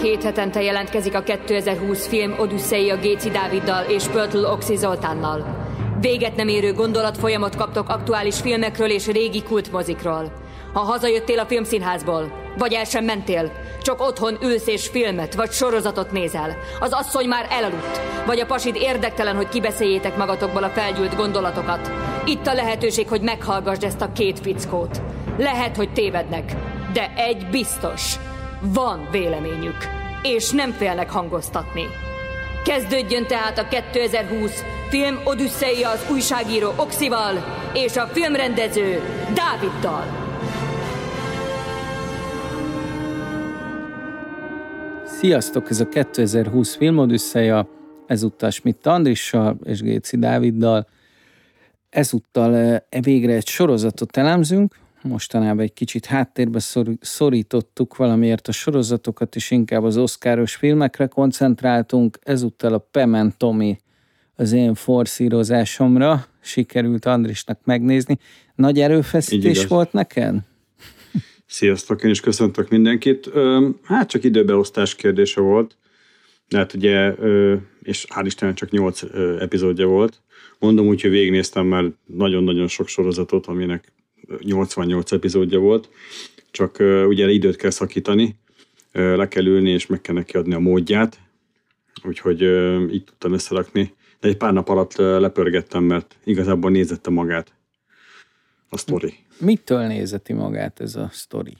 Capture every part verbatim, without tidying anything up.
két hetente jelentkezik a kétezer-húsz film Odüsszeia Géci Dáviddal és Pörtl Oxi Zoltánnal. Véget nem érő gondolatfolyamot kaptok aktuális filmekről és régi kultmozikról. Ha hazajöttél a filmszínházból, vagy el sem mentél, csak otthon ülsz és filmet vagy sorozatot nézel, az asszony már elaludt, vagy a pasid érdektelen, hogy kibeszéljétek magatokból a felgyűlt gondolatokat. Itt a lehetőség, hogy meghallgassd ezt a két fickót. Lehet, hogy tévednek, de egy biztos. Van véleményük, és nem félnek hangoztatni. Kezdődjön tehát a kétezer-húsz film Odüsszeia az újságíró Oxival és a filmrendező Dáviddal. Sziasztok, ez a kétezer-húsz film Odüsszeia, ezúttal Schmidt Andrissal és Géci Dáviddal. Ezúttal végre egy sorozatot elemzünk, mostanában egy kicsit háttérbe szorítottuk valamiért a sorozatokat, és inkább az oszkáros filmekre koncentráltunk. Ezúttal a Pam and Tommy az én forszírozásomra sikerült Andrisnak megnézni. Nagy erőfeszítés volt neked? Sziasztok, én is köszöntök mindenkit. Hát csak időbeosztás kérdése volt. Hát ugye, és hál' Istennek csak nyolc epizódja volt. Mondom úgy, hogy végignéztem már nagyon-nagyon sok sorozatot, aminek nyolcvannyolc epizódja volt. Csak ugye időt kell szakítani, le kell ülni, és meg kell neki adni a módját. Úgyhogy így tudtam összerakni. De egy pár nap alatt lepörgettem, mert igazából nézette magát a sztori. Mitől nézeti magát ez a sztori?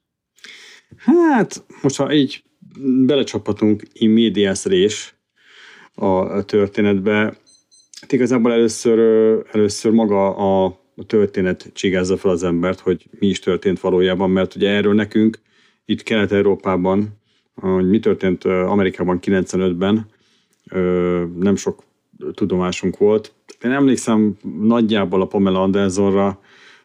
Hát, most ha így belecsaphatunk in medias res a történetbe, hát igazából először, először maga a, a történet csigázza fel az embert, hogy mi is történt valójában, mert ugye erről nekünk itt Kelet-Európában, hogy mi történt Amerikában kilencvenötben, nem sok tudomásunk volt. Én emlékszem nagyjából a Pamela Andersonra.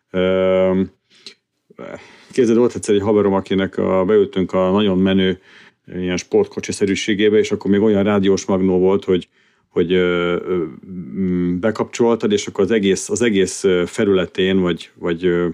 Képzeld, volt egyszer egy haverom, akinek a, beültünk a nagyon menő ilyen sportkocsiszerűségébe, és akkor még olyan rádiós magnó volt, hogy, hogy ö, ö, bekapcsoltad, és akkor az egész, az egész felületén, vagy, vagy ö,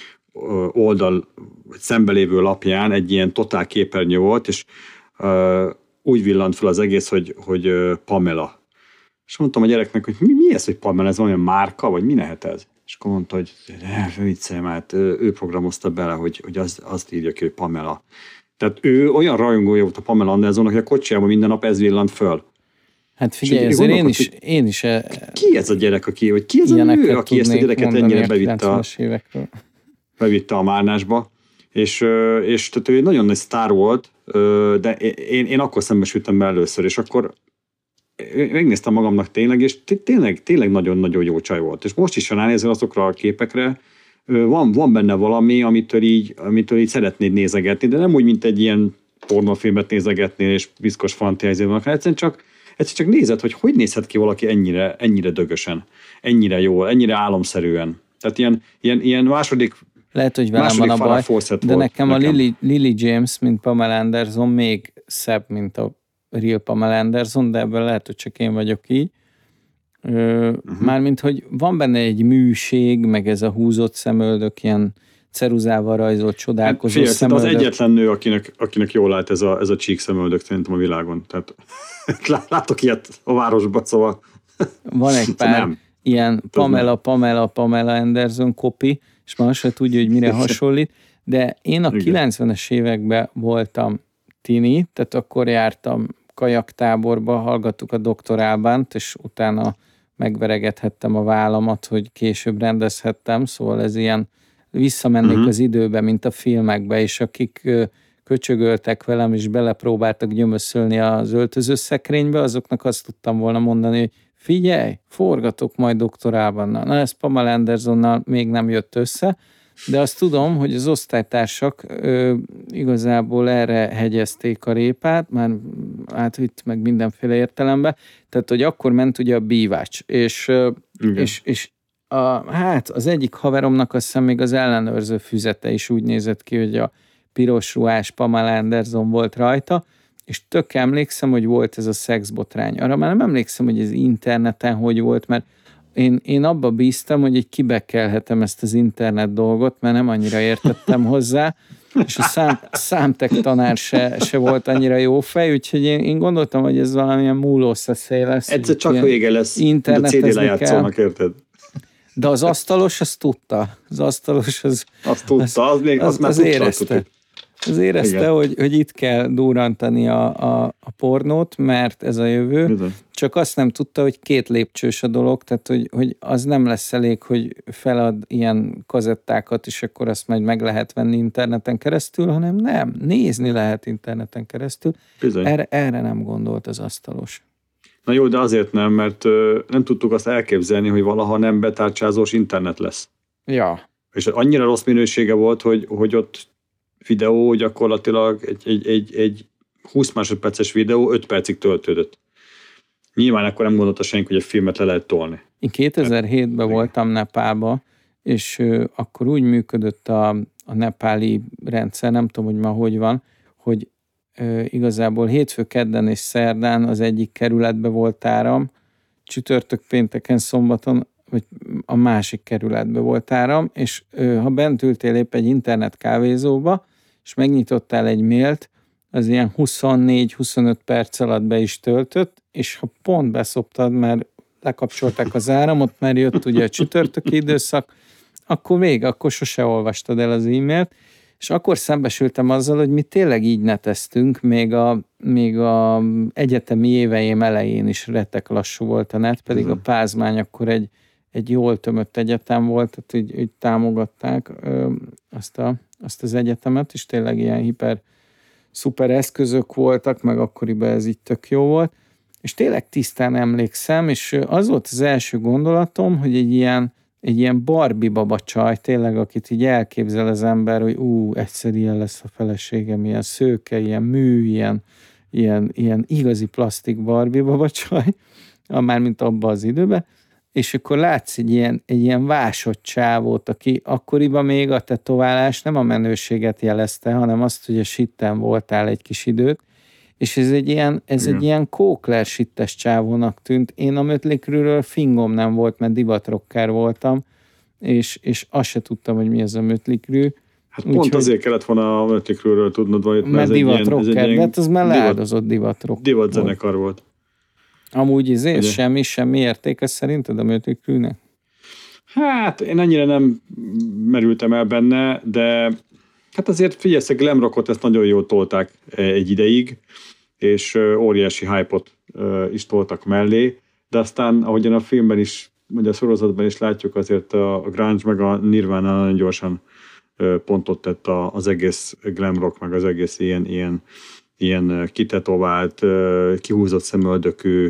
oldal, vagy szembelévő lapján egy ilyen totál képernyő volt, és ö, úgy villant fel az egész, hogy, hogy ö, Pamela. És mondtam a gyereknek, hogy mi, mi ez, hogy Pamela, ez olyan márka, vagy mi lehet ez? És akkor mondta, hogy vicceljem, hát ő programozta bele, hogy, hogy azt, azt írja ki, hogy Pamela. Tehát ő olyan rajongója volt a Pamela Andersonnak, hogy a kocsijában minden nap ez villant föl. Hát figyelj, azért én is, én is... Ki ez a gyerek, aki, vagy ki ez a nő, aki ezt a gyereket ennyire bevitte a, bevitte a márnásba. És, és tehát ő egy nagyon nagy sztár volt, de én, én akkor szembesültem be először, és akkor megnéztem magamnak tényleg, és tényleg, tényleg nagyon-nagyon jó csaj volt. És most is, ha ránézel azokra a képekre, van, van benne valami, amitől így, amitől így szeretnéd nézegetni, de nem úgy, mint egy ilyen pornófilmet nézegetni, és viszkos fantáziának, hanem egyszerűen csak, egyszerűen csak nézed, hogy hogy nézhet ki valaki ennyire, ennyire dögösen, ennyire jól, ennyire álomszerűen. Tehát ilyen, ilyen, ilyen második Lehet, hogy velem van a baj, de nekem, nekem a Lily, Lily James, mint Pamela Anderson még szebb, mint a Real Pamela Anderson, de ebből lehet, hogy csak én vagyok így. Ö, uh-huh. Mármint, hogy van benne egy műség, meg ez a húzott szemöldök, ilyen ceruzával rajzolt, csodálkozó hát, szemöldök. Az egyetlen nő, akinek, akinek jól lát ez a, ez a csík szemöldök szerintem a világon. Tehát látok ilyet a városban, szóval... Van egy pár nem. ilyen Pamela, Pamela, Pamela Anderson kopi, és már se tudja, hogy mire hasonlít, de én a Igen. kilencvenes években voltam tini, tehát akkor jártam kajaktáborba, hallgattuk a doktor Albánt, és utána megveregethettem a vállamat, hogy később rendezhettem, szóval ez ilyen visszamennék uh-huh. az időbe, mint a filmekbe, és akik köcsögöltek velem, és belepróbáltak gyömöszölni az öltözőszekrénybe, azoknak azt tudtam volna mondani, hogy figyelj, forgatok majd doktor Albánnal. Na, ez Pamela Andersonnal még nem jött össze, de azt tudom, hogy az osztálytársak ö, igazából erre hegyezték a répát, már átvitt meg mindenféle értelembe, tehát, hogy akkor ment ugye a bívács, és, és, és a, hát az egyik haveromnak azt hiszem még az ellenőrző füzete is úgy nézett ki, hogy a piros ruhás Pamela Anderson volt rajta, és tök emlékszem, hogy volt ez a szexbotrány. Arra már nem emlékszem, hogy ez interneten hogy volt, mert Én, én abba bíztam, hogy egy kibekkelhetem ezt az internet dolgot, mert nem annyira értettem hozzá, és a szám, számtek tanár se, se volt annyira jó fej, úgyhogy én, én gondoltam, hogy ez valamilyen múlószeszély lesz. Egyszer csak vége lesz, de cé dé lejátszolnak, érted? De az asztalos, az tudta. Az asztalos, az... Azt tudta, az, az, még, az, az már az érezte. Az érezte, hogy, hogy itt kell durrantani a, a, a pornót, mert ez a jövő. Bizony. Csak azt nem tudta, hogy két lépcsős a dolog, tehát hogy, hogy az nem lesz elég, hogy felad ilyen kazettákat, és akkor azt majd meg lehet venni interneten keresztül, hanem nem, nézni lehet interneten keresztül. Erre, erre nem gondolt az asztalos. Na jó, de azért nem, mert ö, nem tudtuk azt elképzelni, hogy valaha nem betárcsázós internet lesz. Ja. És annyira rossz minősége volt, hogy, hogy ott videó gyakorlatilag egy, egy, egy, egy húsz másodperces videó öt percig töltődött. Nyilván akkor nem gondolta senki, hogy a filmet le lehet tolni. Én kétezer-hétben voltam Nepálba, és ö, akkor úgy működött a, a nepáli rendszer, nem tudom, hogy ma hogy van, hogy ö, igazából hétfő, kedden és szerdán az egyik kerületbe volt áram, csütörtök, pénteken, szombaton vagy a másik kerületbe volt áram, és ö, ha bent ültél épp egy internet kávézóba, és megnyitottál egy mailt, az ilyen huszonnégy-huszonöt perc alatt be is töltött, és ha pont beszoptad, mert lekapcsolták az áramot, mert jött ugye a csütörtöki időszak, akkor vége, akkor sose olvastad el az e-mailt, és akkor szembesültem azzal, hogy mi tényleg így neteztünk, még a, még a egyetemi éveim elején is rettek lassú volt a net, pedig a Pázmány akkor egy, egy jól tömött egyetem volt, tehát így, így támogatták ö, azt, a, azt az egyetemet, és tényleg ilyen hiper szuper eszközök voltak, meg akkoriban ez így tök jó volt, és tényleg tisztán emlékszem, és az volt az első gondolatom, hogy egy ilyen, egy ilyen Barbie baba csaj, tényleg, akit így elképzel az ember, hogy ú, egyszer ilyen lesz a feleségem, ilyen szőke, ilyen mű, ilyen, ilyen, ilyen igazi plastik Barbie baba csaj, már mint abban az időben, és akkor látsz egy ilyen, egy ilyen vásott csávót, aki akkoriban még a tetoválás nem a menőséget jelezte, hanem azt, hogy a sitten voltál egy kis időt, és ez egy ilyen, ez egy ilyen kókler sittes csávónak tűnt. Én a Mötley Crüeről fingom nem volt, mert divatrocker voltam, és, és azt se tudtam, hogy mi az a Mötley Crüe. Hát pont úgy, azért kellett volna a Mötley Crüeről tudnod, mert, mert divatrocker, de hát az már leáldozott divatrocker. Divatzenekar volt. Amúgy izé, semmi, semmi értéke szerinted a Mötley Crüe-nek? Hát én annyira nem merültem el benne, de hát azért figyelj, a glam rockot ezt nagyon jól tolták egy ideig, és óriási hype-ot is toltak mellé, de aztán, ahogyan a filmben is, vagy a sorozatban is látjuk, azért a grunge meg a Nirvana nagyon gyorsan pontot tett az egész glam rock, meg az egész ilyen, ilyen, ilyen kitetovált, kihúzott szemöldökű,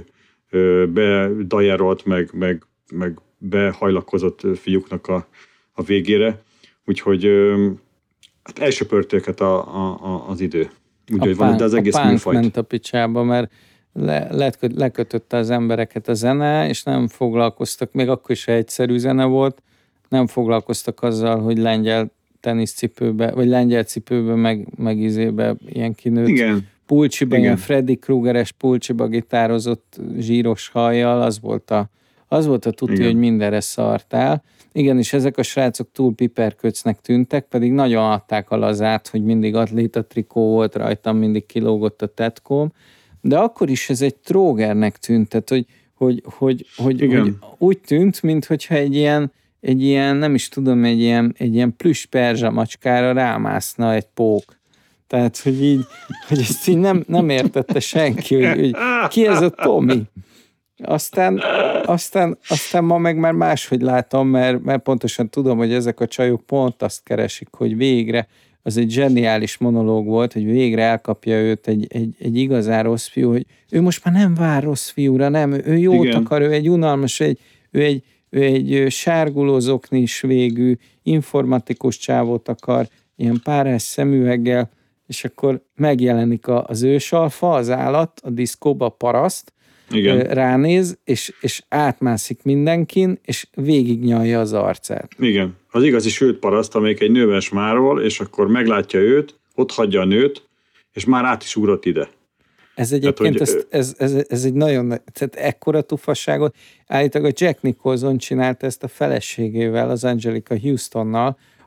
bedajárolt, meg, meg, meg behajlakozott fiúknak a, a végére. Úgyhogy hát elsöpört őket a, a, az idő. Úgyhogy van, de az egész műfajt. A punk ment a picsába, mert le, le, lekötötte az embereket a zene, és nem foglalkoztak, még akkor is egyszerű zene volt, nem foglalkoztak azzal, hogy lengyel teniszcipőbe, vagy lengyel cipőbe, meg, meg izébe ilyen kinőtt. Igen. Pulcsiba, ilyen Freddy Kruegeres pulcsiba gitározott zsíros hajjal, az volt a, az volt a tuti, hogy mindenre szartál. Igen, és ezek a srácok túl piperköcnek tűntek, pedig nagyon adták a lazát, hogy mindig atléta trikó volt rajtam, mindig kilógott a tetkóm, de akkor is ez egy trógernek tűnt, tehát hogy, hogy, hogy, hogy, hogy úgy tűnt, mintha egy ilyen, egy ilyen, nem is tudom, egy ilyen, egy ilyen plüss perzsa macskára rámászna egy pók. Tehát, hogy így, hogy ezt így nem, nem értette senki, hogy, hogy ki ez a Tomi. Aztán, aztán, aztán ma meg már máshogy látom, mert, mert pontosan tudom, hogy ezek a csajok pont azt keresik, hogy végre, az egy zseniális monológ volt, hogy végre elkapja őt egy, egy, egy igazán rossz fiú, hogy ő most már nem vár rossz fiúra, nem, ő jót Igen. akar, ő egy unalmas, ő egy, ő egy, ő egy sárguló zoknis végű, informatikus csávót akar, ilyen párás szemüveggel, és akkor megjelenik az ősalfa, az állat, a diszkóba, a paraszt, Igen. ránéz, és, és átmászik mindenkin, és végignyalja az arcát. Igen. Az igazi sült paraszt, amelyik egy nőves márol, és akkor meglátja őt, ott hagyja a nőt, és már át is ugrott ide. Ez egyébként, tehát, ezt, ez, ez, ez egy nagyon, tehát ekkora tufasságot, állítólag a Jack Nicholson csinálta ezt a feleségével, az Angelica Houstonnal,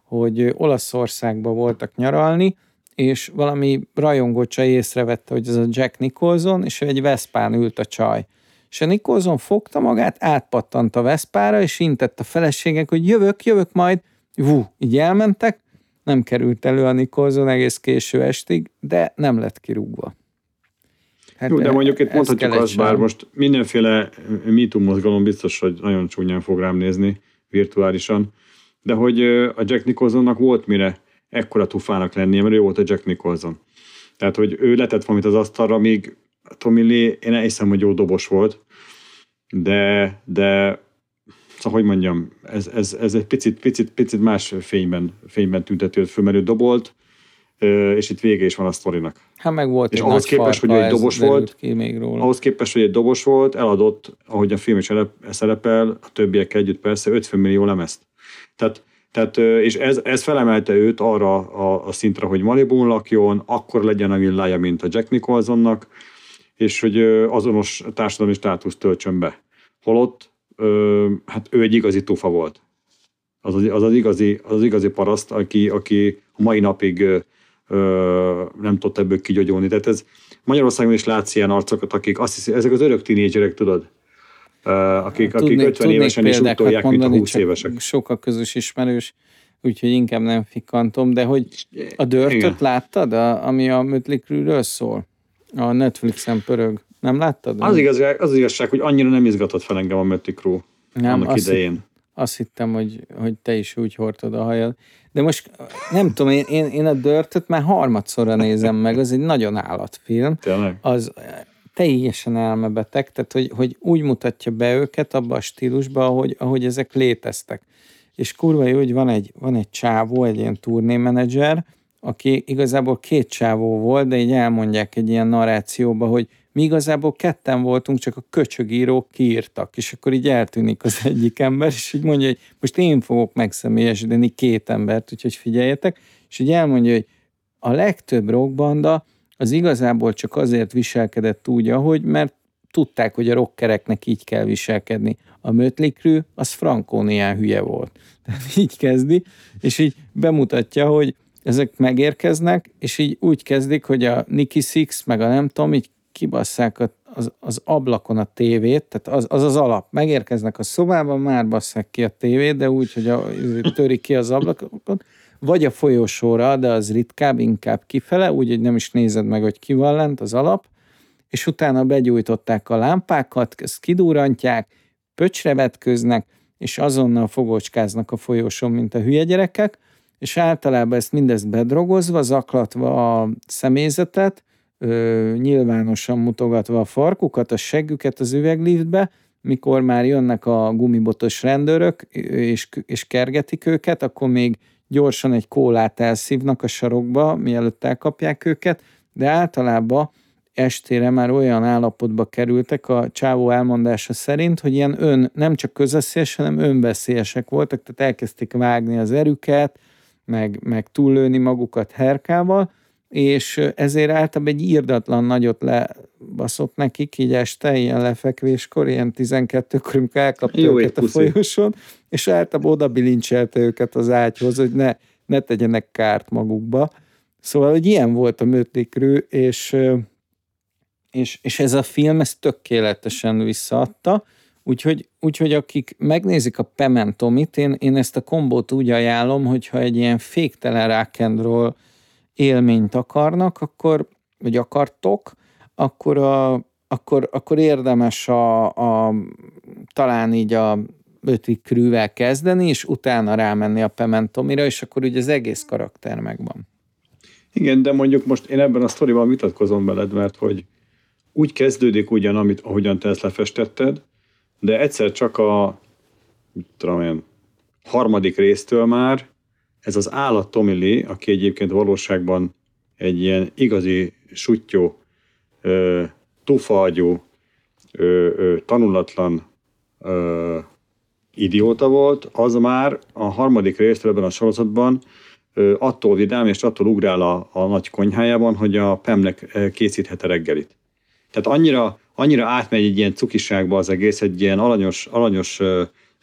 hogy Olaszországban voltak nyaralni, és valami rajongócsa észrevette, hogy ez a Jack Nicholson, és egy Veszpán ült a csaj. És a Nicholson fogta magát, átpattant a Veszpára, és intett a feleségek, hogy jövök, jövök majd. Hú, így elmentek, nem került elő a Nicholson egész késő estig, de nem lett kirúgva. Hát jó, de mondjuk itt mondhatjuk azt, bár most mindenféle MeToo mozgalom biztos, hogy nagyon csúnyán fog rám nézni virtuálisan, de hogy a Jack Nicholsonnak volt mire ekkora tufának lennie, mert ő volt a Jack Nicholson. Tehát, hogy ő letett valamit az asztalra, míg Tommy Lee, én elhiszem, hogy jó dobos volt, de, de szóval, hogy mondjam, ez, ez, ez egy picit, picit, picit más fényben, fényben tüntető föl, mert ő dobolt, és itt vége is van a sztorinak. Hát meg volt és ahhoz képest, hogy egy dobos volt, még róla. ahhoz képest, hogy egy dobos volt, eladott, ahogy a film is szerepel, a többiekkel együtt persze ötven millió lemezt. Tehát, tehát és ez, ez felemelte őt arra a, a szintre, hogy Malibún lakjon, akkor legyen a villája, mint a Jack Nicholsonnak, és hogy azonos társadalmi státuszt töltsön be. Holott, hát ő egy igazi tufa volt. Az az, az, az, igazi, az, az igazi paraszt, aki, aki a mai napig Ö, nem tudott ebből kigyógyulni. Tehát ez Magyarországon is látsz ilyen arcokat, akik azt hiszik, ezek az örök tínédzserek, tudod? Ö, akik, tudnék, akik ötven évesen is utolják, mint a húsz évesek. Sok a közös ismerős, úgyhogy inkább nem fikkantom, de hogy a Dirtöt láttad, a, ami a Mötley Crüe-ről szól? A Netflixen pörög. Nem láttad? Az igazság, az igazság, hogy annyira nem izgatott fel engem a Mötley Crüe annak azt idején. Hitt, azt hittem, hogy, hogy te is úgy hordtad a hajad. De most nem tudom, én, én, én a Dirtöt már harmadszorra nézem meg, az egy nagyon állatfilm. Tényleg? Az teljesen elmebeteg, tehát hogy, hogy úgy mutatja be őket abba a stílusba, ahogy, ahogy ezek léteztek. És kurva jó, hogy van egy, van egy csávó, egy ilyen turnémenedzser, aki igazából két csávó volt, de így elmondják egy ilyen narrációba, hogy mi igazából ketten voltunk, csak a köcsögírók kiírtak, és akkor így eltűnik az egyik ember, és így mondja, hogy most én fogok megszemélyesíteni két embert, úgyhogy figyeljetek, és így elmondja, hogy a legtöbb rockbanda az igazából csak azért viselkedett úgy, ahogy, mert tudták, hogy a rockereknek így kell viselkedni. A Mötley Crüe az frankón ilyen hülye volt. Tehát így kezdi, és így bemutatja, hogy ezek megérkeznek, és így úgy kezdik, hogy a Nicky Six, meg a nem tudom, így kibasszák az, az ablakon a tévét, tehát az, az az alap. Megérkeznek a szobában, már basszák ki a tévét, de úgy, hogy a, törik ki az ablakon, vagy a folyosóra, de az ritkább, inkább kifele, úgy, hogy nem is nézed meg, hogy ki van lent az alap, és utána begyújtották a lámpákat, ezt kidurrantják, pöcsre vetköznek, és azonnal fogocskáznak a folyosón, mint a hülye gyerekek, és általában ezt mindezt bedrogozva, zaklatva a személyzetet, Ö, nyilvánosan mutogatva a farkukat, a seggüket az üvegliftbe, mikor már jönnek a gumibotos rendőrök, és, és kergetik őket, akkor még gyorsan egy kólát elszívnak a sarokba, mielőtt elkapják őket, de általában estére már olyan állapotba kerültek a csávó elmondása szerint, hogy ilyen ön, nem csak közösszélyes, hanem önveszélyesek voltak, tehát elkezdték vágni az erüket, meg, meg túllőni magukat herkával, és ezért általában egy írdatlan nagyot lebaszott nekik, így este, ilyen lefekvéskor, ilyen tizenkettőkor, amikor elkapta Jó, őket a folyosón, és általában oda bilincselte őket az ágyhoz, hogy ne, ne tegyenek kárt magukba. Szóval, hogy ilyen volt a Mötley Crüe, és, és, és ez a film ezt tökéletesen visszaadta, úgyhogy, úgyhogy akik megnézik a Pam and Tommy-t, én, én ezt a kombót úgy ajánlom, hogyha egy ilyen féktelen rock and roll élményt akarnak, akkor, vagy akartok, akkor, a, akkor, akkor érdemes a, a, talán így a Mötley Crüe-vel kezdeni, és utána rámenni a Pam and Tommy-ra, és akkor ugye az egész karakter megvan. Igen, de mondjuk most én ebben a sztoriban vitatkozom veled, mert hogy úgy kezdődik ugyan, amit, ahogyan te ezt lefestetted, de egyszer csak a mit tudom én, harmadik résztől már ez az állat Tommy Lee, aki egyébként valóságban egy ilyen igazi suttyó, ö, tufaágyú, ö, ö, tanulatlan ö, idióta volt, az már a harmadik résztől ebben a sorozatban ö, attól vidám és attól ugrál a, a nagy konyhájában, hogy a Pamnek készíthet a reggelit. Tehát annyira, annyira átmegy egy ilyen cukiságba az egész, egy ilyen alanyos, alanyos ö,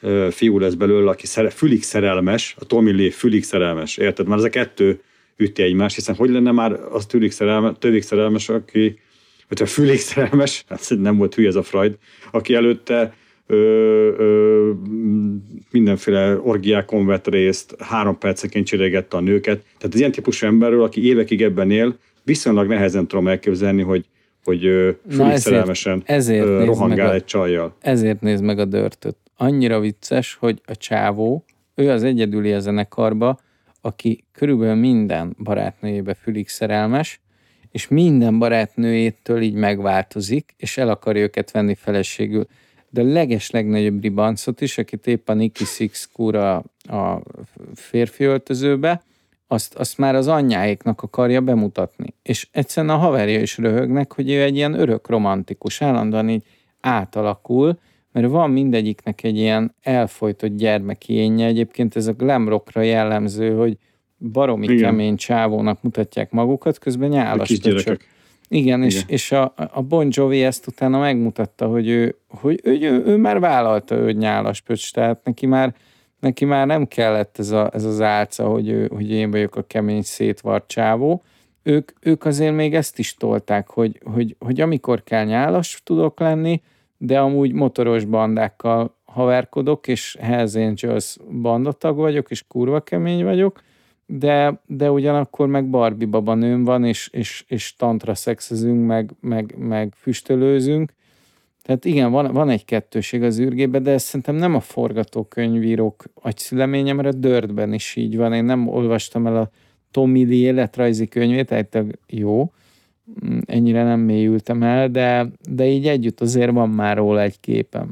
fiú lesz belőle, aki szere, fülig szerelmes, a Tommy Lee fülig szerelmes, érted? Már ez a kettő üti egymást, hiszen hogy lenne már az fülig szerelmes, többig szerelmes, aki, vagy a fülig szerelmes, hát nem volt hülye ez a Freud, aki előtte ö, ö, mindenféle orgiákon vett részt, három percenként cserégette a nőket. Tehát az ilyen típusú emberről, aki évekig ebben él, viszonylag nehezen tudom elképzelni, hogy hogy fülig szerelmesen rohangál egy csajjal. Ezért nézd meg a Dirtöt. Annyira vicces, hogy a csávó, ő az egyedüli a zenekarba, aki körülbelül minden barátnőjébe fülig szerelmes, és minden barátnőjétől így megváltozik, és el akarja őket venni feleségül. De a leges legnagyobb ribancot is, akit épp a Nikki Sixx kúra a férfi öltözőbe, Azt, azt már az anyjáéknak akarja bemutatni. És egyszerűen a haverja is röhögnek, hogy ő egy ilyen örök romantikus, állandóan így átalakul, mert van mindegyiknek egy ilyen elfojtott gyermeki énje. Egyébként ez a glam rockra jellemző, hogy baromi Igen. kemény csávónak mutatják magukat, közben nyálas töcsök. Igen, Igen, és, és a, a Bon Jovi ezt utána megmutatta, hogy ő, hogy ő, ő, ő már vállalta, hogy nyálas pöcs, tehát neki már Neki már nem kellett ez, a, ez az álca, hogy, ő, hogy én vagyok a kemény szétvart csávó. Ők, ők azért még ezt is tolták, hogy, hogy, hogy amikor kell nyálas tudok lenni, de amúgy motoros bandákkal haverkodok, és Hells Angels bandatag vagyok, és kurva kemény vagyok, de, de ugyanakkor meg Barbie babanőm van, és, és, és tantra szexezünk, meg, meg, meg füstölőzünk. Tehát igen, van, van egy kettőség az űrgében, de ez szerintem nem a forgatókönyvírók agyszüleménye, mert a Dirtben is így van. Én nem olvastam el a Tommy Lee életrajzi könyvét, egyébként jó, ennyire nem mélyültem el, de, de így együtt azért van már róla egy képem.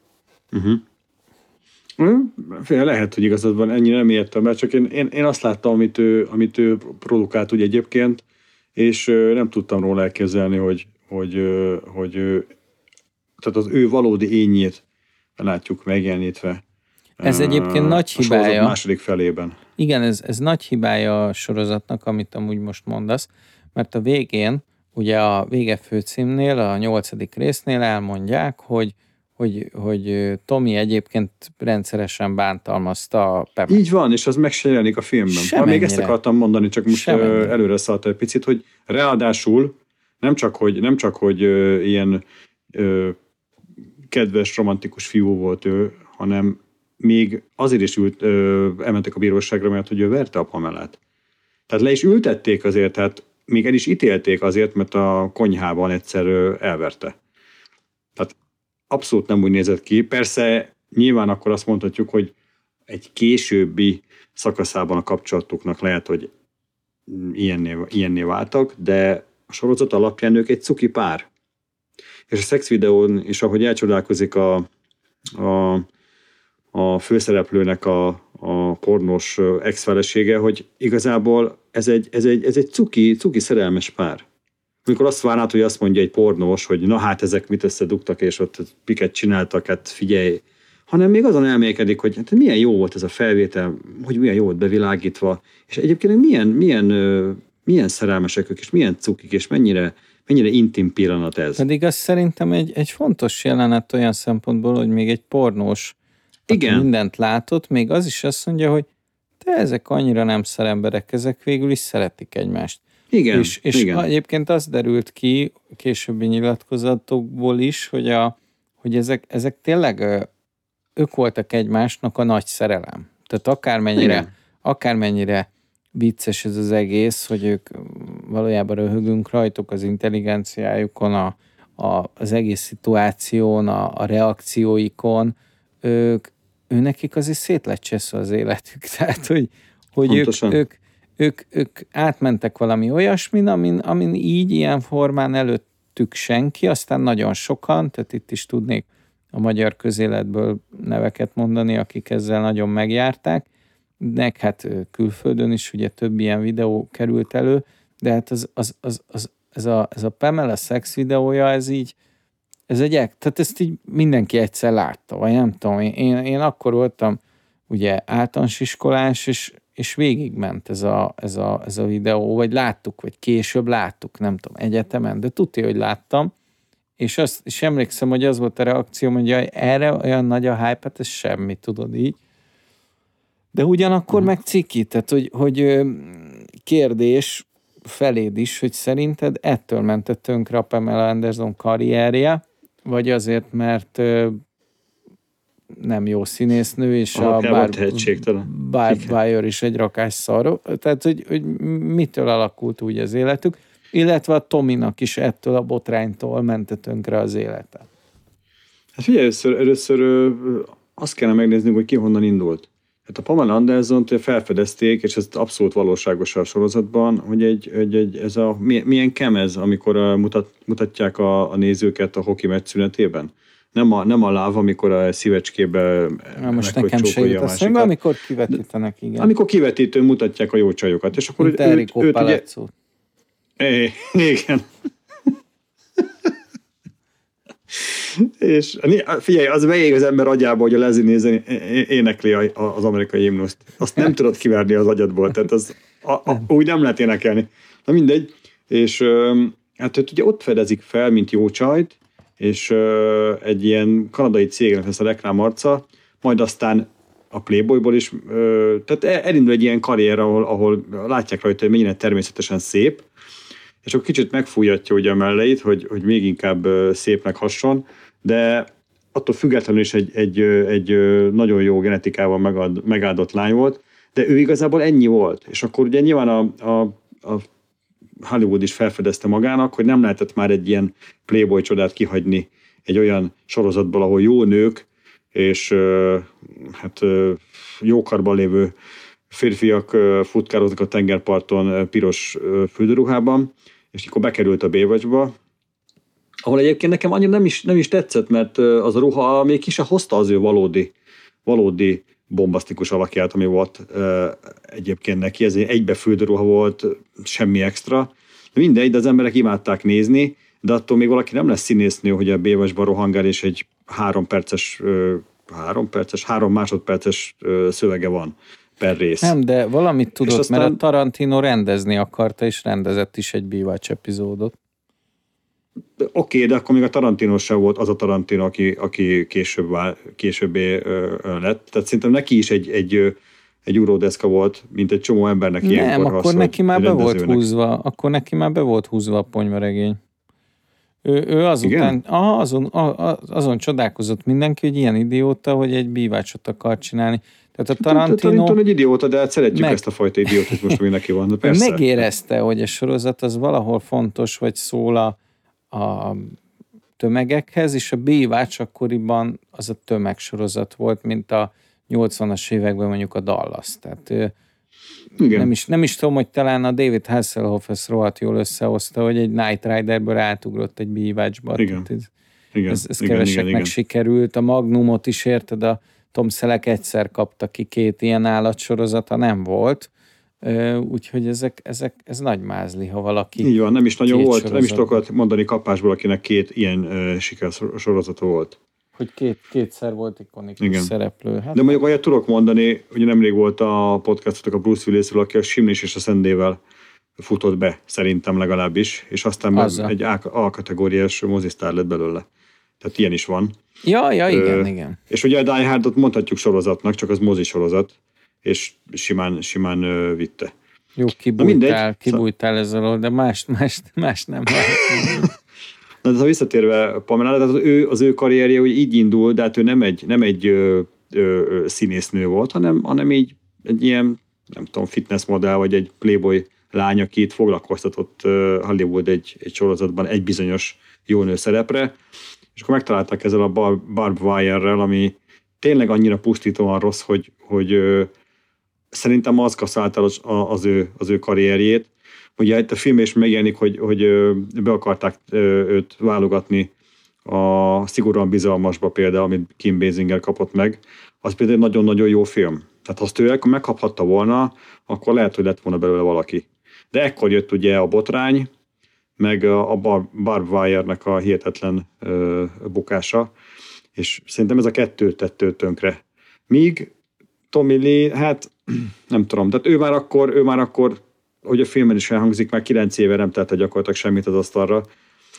Uh-huh. Lehet, hogy igazad van, ennyire nem értem, mert csak én, én, én azt láttam, amit ő, amit ő produkált úgy egyébként, és nem tudtam róla elképzelni, hogy, hogy, hogy tehát az ő valódi ényét látjuk megjelenítve. Ez egyébként nagy hibája. A második felében. Igen, ez, ez nagy hibája a sorozatnak, amit amúgy most mondasz, mert a végén, ugye a vége főcímnél, a nyolcadik résznél elmondják, hogy, hogy, hogy Tommy egyébként rendszeresen bántalmazta a Pemet. Így van, és az meg se jelenik a filmben. Ha még ezt akartam mondani, csak most Semennyire. előre szállt egy picit, hogy ráadásul nem csak, hogy, nem csak, hogy uh, ilyen uh, kedves, romantikus fiú volt ő, hanem még azért is ült, ö, elmentek a bíróságra, mert hogy ő verte a Pamelát. Tehát le is ültették azért, tehát még el is ítélték azért, mert a konyhában egyszer elverte. Tehát abszolút nem úgy nézett ki. Persze nyilván akkor azt mondhatjuk, hogy egy későbbi szakaszában a kapcsolatuknak lehet, hogy ilyenné, ilyenné váltak, de a sorozat alapján ők egy cuki pár. És a szexvideón is, ahogy elcsodálkozik a, a, a főszereplőnek a, a pornós ex-felesége, hogy igazából ez egy, ez egy, ez egy cuki, cuki szerelmes pár. Amikor azt várnád, hogy azt mondja egy pornós, hogy na hát ezek mit összedugtak, és ott piket csináltak, hát figyelj, hanem még azon elmélkedik, hogy hát milyen jó volt ez a felvétel, hogy milyen jó volt bevilágítva, és egyébként milyen, milyen, milyen szerelmesek ők, és milyen cukik, és mennyire Mennyire intim pillanat ez. Pedig az szerintem egy, egy fontos jelenet olyan szempontból, hogy még egy pornós, Igen. mindent látott, még az is azt mondja, hogy de ezek annyira nem szeremberek, ezek végül is szeretik egymást. Igen, és, és igen. egyébként az derült ki későbbi nyilatkozatokból is, hogy, a, hogy ezek, ezek tényleg ők voltak egymásnak a nagy szerelem. Tehát akármennyire, akármennyire vicces ez az egész, hogy ők valójában röhögünk rajtuk az intelligenciájukon, a, a, az egész szituáción, a, a reakcióikon, ők, ő nekik azért szét lett cseszve az életük. Tehát, hogy, hogy ők, ők, ők, ők átmentek valami olyasmin, amin, amin így, ilyen formán előttük senki, aztán nagyon sokan, tehát itt is tudnék a magyar közéletből neveket mondani, akik ezzel nagyon megjárták, nek hát külföldön is ugye több ilyen videó került elő, de hát az, az, az, az, ez, a, ez a Pamela Sex videója, ez így, ez egy, tehát ezt így mindenki egyszer látta, vagy nem tudom, én, én akkor voltam ugye általános iskolás, és, és végigment ez a, ez, a, ez a videó, vagy láttuk, vagy később láttuk, nem tudom, egyetemen, de tudja, hogy láttam, és azt és emlékszem, hogy az volt a reakcióm, hogy jaj, erre olyan nagy a hype, hát ez semmi, tudod így. De ugyanakkor uh-huh. meg ciki, tehát hogy, hogy kérdés feléd is, hogy szerinted ettől mentett tönkre a Pamela Anderson karrierje, vagy azért, mert nem jó színésznő, és a, a Barb Wire is egy rakás szar. Tehát, hogy, hogy mitől alakult úgy az életük, illetve a Tominak is ettől a botránytól mente tönkre az élete. Hát figyelj, először, először azt kellene megnéznünk, hogy ki honnan indult. Hát a Pamela Andersont felfedezték, és ez abszolút valóságos a sorozatban, hogy egy, egy, egy, ez a, milyen kem ez, amikor mutat, mutatják a, a nézőket a hoki meccs szünetében. Nem a, nem a láv, amikor a szívecskébe Na, most nekem se jut a szembe, amikor kivetítenek, igen. Amikor kivetítőn mutatják a jó csajokat. És akkor Mint Enrico Palazzo. É, igen. És figyelj, az beég az ember agyába, hogy a Leslie Nielsen énekli az amerikai himnuszt. Azt nem tudod kiverni az agyadból, tehát az, a, a, úgy nem lehet énekelni. Na mindegy. És hát ugye ott fedezik fel, mint jó csajt, és egy ilyen kanadai cégnek lesz a reklámarca, majd aztán a Playboyból is, tehát elindul egy ilyen karrier, ahol, ahol látják rajta, hogy mennyire természetesen szép, és akkor kicsit megfújatja ugye a melleit, hogy, hogy még inkább szépnek hasson, de attól függetlenül is egy, egy, egy nagyon jó genetikával megad, megáldott lány volt, de ő igazából ennyi volt. És akkor ugye nyilván a, a, a Hollywood is felfedezte magának, hogy nem lehetett már egy ilyen Playboy csodát kihagyni egy olyan sorozatból, ahol jó nők és hát jó karban lévő férfiak futkároznak a tengerparton piros fürdőruhában, és akkor bekerült a Baywatchba, ahol egyébként nekem annyira nem is, nem is tetszett, mert az a ruha még ki se hozta az ő valódi, valódi bombasztikus alakját, ami volt egyébként neki. Ez egy egybefürdő ruha volt, semmi extra. Mindegy, de az emberek imádták nézni, de attól még valaki nem lesz színésznő, hogy a Baywatchba rohangál, és egy három perces, három perces, három másodperces szövege van per rész. Nem, de valamit tudott, aztán... mert a Tarantino rendezni akarta, és rendezett is egy Baywatch epizódot. Oké, okay, de akkor még a Tarantino sem volt az a Tarantino, aki, aki később vál, későbbé ö, ö, lett. Tehát szerintem neki is egy, egy, egy uródeszka volt, mint egy csomó embernek ilyenkor. Nem, akkor neki már be volt húzva, akkor neki már be volt húzva a ponyvaregény. Ő, ő azután, aha, azon, azon csodálkozott mindenki, hogy ilyen idióta, hogy egy Baywatchot akar csinálni. Tehát a Tarantino... Tarantino egy idióta, de hát szeretjük meg... ezt a fajta idiót, most ami neki van. Persze. Megérezte, hogy a sorozat az valahol fontos, vagy szól a, a tömegekhez, és a Baywatch akkoriban az a tömegsorozat volt, mint a nyolcvanas években mondjuk a Dallas. Tehát igen. Nem, is, nem is tudom, hogy talán a David Hasselhoff ezt rohadt jól összehozta, hogy egy Knight Riderből átugrott egy Baywatchba. Igen. Ez, igen. ez, ez igen, keveseknek igen, igen. sikerült. A Magnumot is érted, a Tom Selleck egyszer kapta ki, két ilyen állatsorozata nem volt. Úgyhogy ezek, ezek, ez nagy mázli, ha valaki... Így van, nem is nagyon volt, nem is tudok mondani kapásból, akinek két ilyen uh, sikersorozata volt. Hogy két, kétszer volt ikonikus igen. szereplő. Hát... De mondjuk olyat tudok mondani, hogy nemrég volt a podcastok a Bruce Willisről, aki a Simlis és a Szendével futott be, szerintem legalábbis, és aztán Azzal. egy A-kategóriás mozisztár lett belőle. Tehát ilyen is van. Ja, ja, igen, Ö, igen. És ugye a Die Hardot mondhatjuk sorozatnak, csak az mozisorozat, és simán, simán ö, vitte. Jó, kibújtál, kibújtál ezzel, de más, más, más nem lehet. Na, de ha visszatérve Pamela, az ő, az ő karrierje úgy így indul, de hát ő nem egy, nem egy ö, ö, színésznő volt, hanem, hanem így egy ilyen, nem tudom, fitnessmodell, vagy egy Playboy lány, aki itt foglalkoztatott ö, Hollywood egy, egy sorozatban egy bizonyos jó nő szerepre, és akkor megtalálták ezzel a bar, Barb Wire-rel, ami tényleg annyira pusztítóan rossz, hogy, hogy ö, szerintem az kaszálta az, az, ő, az ő karrierjét. Ugye itt a film is megjelenik, hogy, hogy be akarták őt válogatni a Szigorúan bizalmasba például, amit Kim Basinger kapott meg. Az például egy nagyon-nagyon jó film. Tehát ha azt ő megkaphatta volna, akkor lehet, hogy lett volna belőle valaki. De ekkor jött ugye a botrány, meg a Barb Wire-nek a hihetetlen bukása, és szerintem ez a kettő tett tönkre. Míg Tommy Lee, hát nem tudom, tehát ő már akkor, ő már akkor, hogy a filmen is elhangzik, már kilenc éve nem tette gyakorlatilag semmit az asztalra,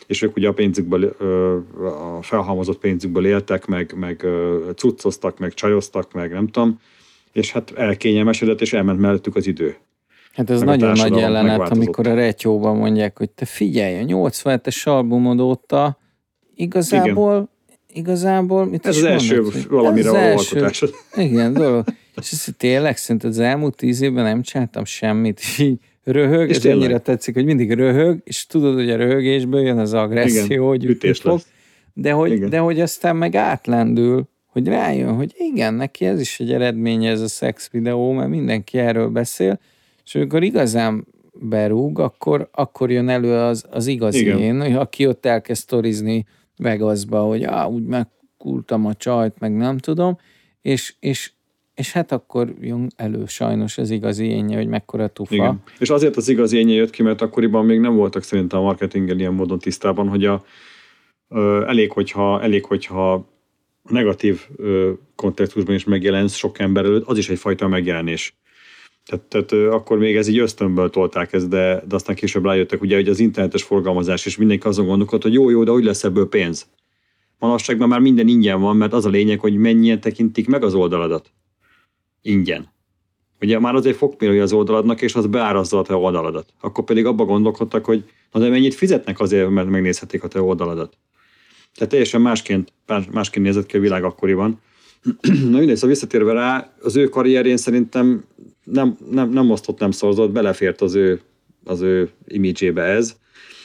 és ők ugye a pénzükből, a felhalmozott pénzükből éltek, meg, meg cuccoztak, meg csajoztak, meg nem tudom, és hát elkényelmesedett, és elment mellettük az idő. Hát ez nagyon nagy jelenet, amikor a Retyóban mondják, hogy te figyelj, a nyolcvanhetes albumod óta igazából, igen. igazából, mit ez is az mondod, első hogy valamire való alkotásod. Igen, dolog. És ez tényleg szerinted az elmúlt tíz évben nem csináltam semmit, és így röhög, és, és ennyire tetszik, hogy mindig röhög, és tudod, hogy a röhögésből jön az agresszió, igen, hogy ütés fog, de hogy, de hogy aztán meg átlendül, hogy rájön, hogy igen, neki ez is egy eredménye, ez a szex videó, mert mindenki erről beszél, és amikor igazán berúg, akkor, akkor jön elő az, az igazi igen. én, aki ott elkezd sztorizni Vegasba, hogy á, úgy megkultam a csajt, meg nem tudom, és, és, és hát akkor jön elő sajnos az igazi énje, hogy mekkora tufa. Igen. És azért az igazi énje jött ki, mert akkoriban még nem voltak szerintem a marketinggel ilyen módon tisztában, hogy a, ö, elég, hogyha, elég, hogyha negatív ö, kontextusban is megjelensz sok ember előtt, az is egyfajta megjelenés. Tehát, tehát ö, akkor még ez így ösztönből tolták ezt, de, de aztán később rájöttek, ugye, hogy az internetes forgalmazás, és mindenki azon gondolkod, hogy jó, jó, de úgy lesz ebből pénz. Manapságban már minden ingyen van, mert az a lényeg, hogy mennyien tekintik meg az oldaladat. Ingyen. Ugye már az egy fogmérője az oldaladnak, és az beárazza a te oldaladat. Akkor pedig abba gondolkodtak, hogy na de mennyit fizetnek azért, mert megnézhetik a te oldaladat. Tehát teljesen másként, másként nézett ki a világ akkoriban. Na mindegy, szóval visszatérve rá, az ő karrierjén szerintem nem, nem, nem osztott, nem szorzott, belefért az ő, az ő imidzsébe ez.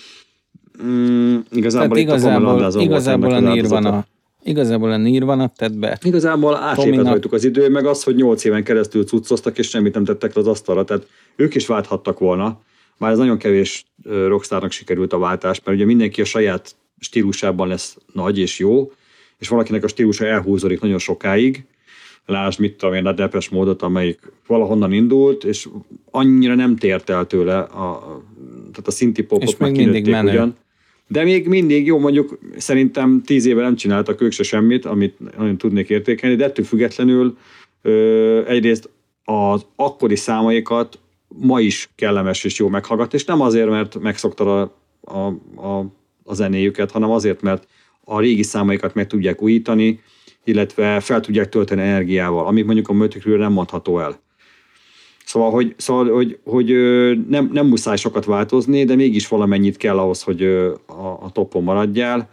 Mm, igazából itt igazából, a igazából a Nirvana. Igazából a Nirvana tett be. Igazából átlépett rajtuk az idő, meg az, hogy nyolc éven keresztül cuccoztak, és semmit nem tettek le az asztalra. Tehát ők is válthattak volna. Már ez nagyon kevés rockstárnak sikerült a váltás, mert ugye mindenki a saját stílusában lesz nagy és jó, és valakinek a stílusa elhúzódik nagyon sokáig. Lásd, mit tudom én, a Depeche Mode-ot, amelyik valahonnan indult, és annyira nem tért el tőle, a, tehát a synthie popot meg kinőtték ugyan. De még mindig jó, mondjuk szerintem tíz éve nem csináltak ők se semmit, amit nagyon tudnék értékelni, de ettől függetlenül ö, egyrészt az akkori számaikat ma is kellemes és jó meghallgatni, és nem azért, mert megszoktad a, a, a, a zenéjüket, hanem azért, mert a régi számaikat meg tudják újítani, illetve fel tudják tölteni energiával, amik mondjuk a Mötley Crüe nem mondható el. Szóval, hogy, szóval, hogy, hogy nem, nem muszáj sokat változni, de mégis valamennyit kell ahhoz, hogy a, a toppon maradjál,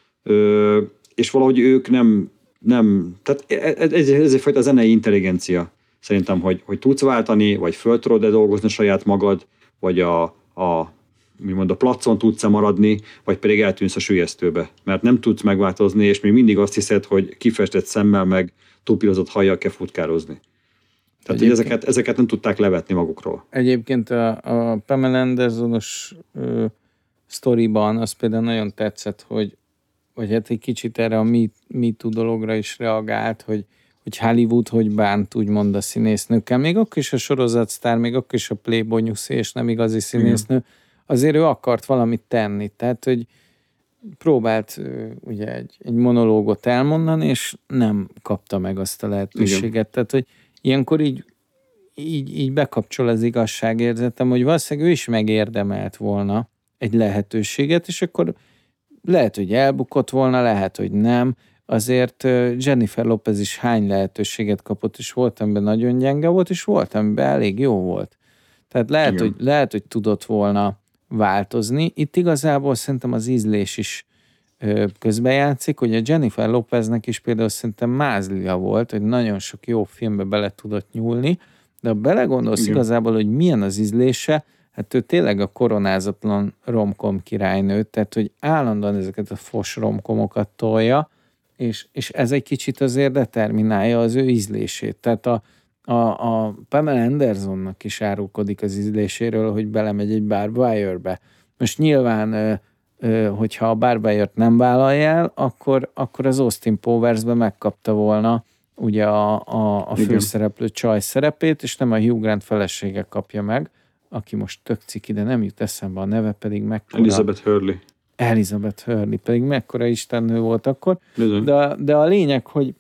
és valahogy ők nem, nem tehát ez, ez egyfajta zenei intelligencia. Szerintem, hogy, hogy tudsz váltani, vagy föl tudod-e dolgozni saját magad, vagy a, a, a placon tudsz-e maradni, vagy pedig eltűnsz a sülyeztőbe. Mert nem tudsz megváltozni, és még mindig azt hiszed, hogy kifestett szemmel, meg túlpírozott hajjal kell futkározni. Tehát ezeket, ezeket nem tudták levetni magukról. Egyébként a, a Pamela Andersonos ö, sztoriban az például nagyon tetszett, hogy, hogy hát egy kicsit erre a Me, Me Too dologra is reagált, hogy, hogy Hollywood hogy bánt úgymond a színésznőkkel. Még akkor is a sorozatsztár, még akkor is a Playboy nyuszi, és nem igazi színésznő. Igen. Azért ő akart valamit tenni. Tehát, hogy próbált ugye egy, egy monológot elmondani, és nem kapta meg azt a lehetőséget. Igen. Tehát, hogy ilyenkor így, így, így bekapcsol az igazságérzetem, hogy valószínűleg ő is megérdemelt volna egy lehetőséget, és akkor lehet, hogy elbukott volna, lehet, hogy nem. Azért Jennifer Lopez is hány lehetőséget kapott, és volt, amiben nagyon gyenge volt, és volt, amiben elég jó volt. Tehát lehet, hogy, lehet hogy tudott volna változni. Itt igazából szerintem az ízlés is közbejátszik, hogy a Jennifer Lopeznek is például szerintem mázlia volt, hogy nagyon sok jó filmbe bele tudott nyúlni, de ha belegondolsz igen. igazából, hogy milyen az ízlése, hát ő tényleg a koronázatlan romkom királynő, tehát hogy állandóan ezeket a fos romkomokat tolja, és, és ez egy kicsit azért determinálja az ő ízlését. Tehát a, a, a Pamela Andersonnak is árulkodik az ízléséről, hogy belemegy egy Barbed Wire-be. Most nyilván hogyha a Barbed Wire-t nem vállalja el, akkor, akkor az Austin Powers-ben megkapta volna ugye a, a, a főszereplő csaj szerepét, és nem a Hugh Grant felesége kapja meg, aki most tök ciki, de nem jut eszembe a neve, pedig mekkora... Elizabeth Hurley. Elizabeth Hurley, pedig mekkora istennő volt akkor. De, de a lényeg, hogy,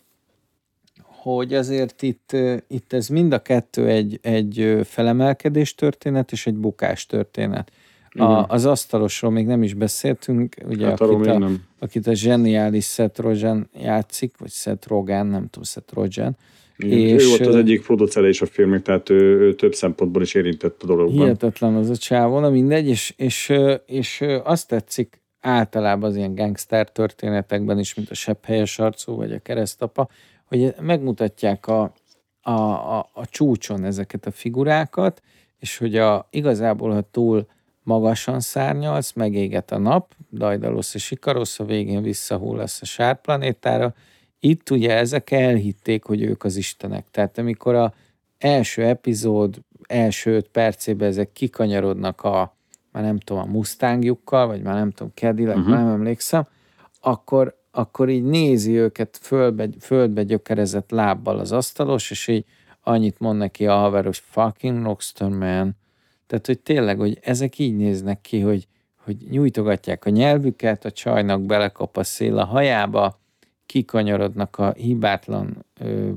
hogy azért itt, itt ez mind a kettő egy, egy felemelkedés történet és egy bukás történet. A, az asztalosról még nem is beszéltünk, ugye, hát akit, a, nem. akit a zseniális Seth Rogen játszik, vagy Seth Rogen, nem tudom, Seth Rogen. És ő volt az egyik producere is a filmnek, tehát ő, ő több szempontból is érintett a dologban. Hihetetlen az a csávó, na mindegy, és, és, és azt tetszik általában az ilyen gangster történetekben is, mint a Sepphelyes arcú, vagy a Keresztapa, hogy megmutatják a, a, a, a csúcson ezeket a figurákat, és hogy a, igazából, ha túl magasan szárnyalsz, megéget a nap, dajdalosz és ikarosz, a végén visszahullasz a sárplanétára. Itt ugye ezek elhitték, hogy ők az istenek. Tehát amikor az első epizód, első öt percében ezek kikanyarodnak a, már nem tudom, a Mustangjukkal, vagy már nem tudom, Cadillac, uh-huh. nem emlékszem, akkor, akkor így nézi őket földbe, földbe gyökerezett lábbal az asztalos, és így annyit mond neki a haver, hogy fucking rockstar man. Tehát, hogy tényleg, hogy ezek így néznek ki, hogy, hogy nyújtogatják a nyelvüket, a csajnak belekap a szél a hajába, kikanyarodnak a hibátlan ö,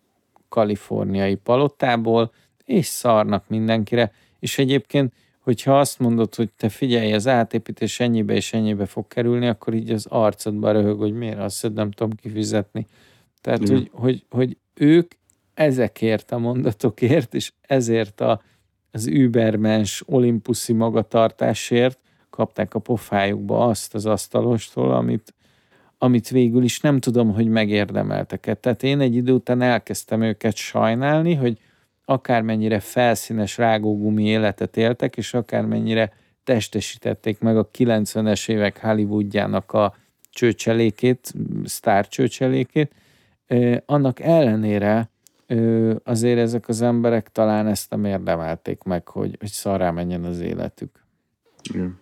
kaliforniai palotából, és szarnak mindenkire. És egyébként, hogyha azt mondod, hogy te figyelj, az átépítés ennyibe és ennyibe fog kerülni, akkor így az arcodba röhög, hogy miért azt nem tudom kifizetni. Tehát, hogy, hogy, hogy ők ezekért a mondatokért, és ezért a, az übermens olimpuszi magatartásért kapták a pofájukba azt az asztalostól, amit, amit végül is nem tudom, hogy megérdemeltek. Tehát én egy idő után elkezdtem őket sajnálni, hogy akármennyire felszínes rágógumi életet éltek, és akármennyire testesítették meg a kilencvenes évek Hollywoodjának a csőcselékét, sztárcsőcselékét, annak ellenére azért ezek az emberek talán ezt nem érdemelték meg, hogy, hogy szarrá menjen az életük. Igen.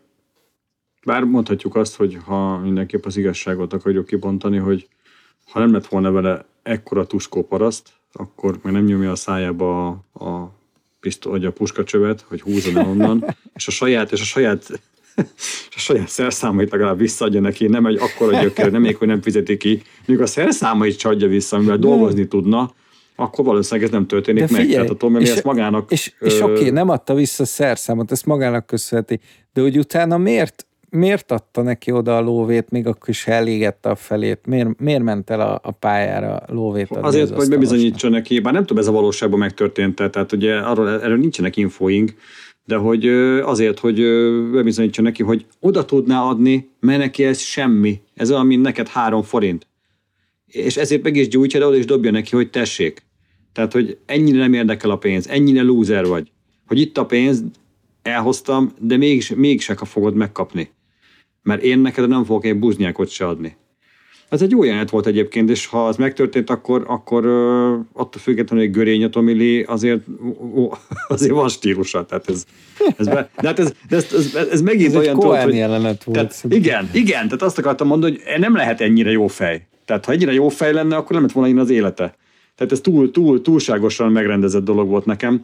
Bár mondhatjuk azt, hogy ha mindenképp az igazságot akarjuk kibontani, hogy ha nem lett volna vele ekkora tuskó paraszt, akkor meg nem nyomja a szájába a, a, pisztoly, a puskacsövet, hogy húzzon el onnan, és a saját, és a saját, és a saját szerszámait legalább visszaadja neki, nem egy akkora gyökér, nem még, hogy nem fizeti ki, míg a szerszámait is adja vissza, amivel dolgozni tudna, akkor valószínűleg ez nem történik figyelj, meg. Tehát a Tom Ellie ezt magának... És, és, és oké, okay, nem adta vissza a szerszámot, ezt magának köszönheti, de hogy utána miért, miért adta neki oda a lóvét, még akkor is elégette a felét? Miért, miért ment el a, a pályára lóvét adni? Azért, hogy bebizonyítsa neki, bár nem tudom, ez a valóságban megtörtént, tehát ugye arról, erről nincsenek infóink, de hogy azért, hogy bebizonyítsa neki, hogy oda tudná adni, mert neki ez semmi. Ez olyan, mint neked három forint. És ezért meg is gyújtja, de oda is dobja neki, hogy tessék. Tehát, hogy ennyire nem érdekel a pénz, ennyire lúzer vagy. Hogy itt a pénz, elhoztam, de mégis, mégse fogod megkapni. Mert én neked nem fogok egy buznyákot se adni. Ez egy jó jelenet volt egyébként, és ha az megtörtént, akkor, akkor uh, attól függetlenül, hogy görény a Tommy Lee, azért, uh, azért van stílusa. Tehát ez, ez, be, de hát ez, de ez, ez, ez, ez megint ez olyan... egy Coen jelenet volt. Tehát, igen, igen, tehát azt akartam mondani, hogy nem lehet ennyire jó fej. Tehát ha ennyire jó fej lenne, akkor nem lett volna innen az élete. Tehát ez túl, túl, túlságosan megrendezett dolog volt nekem.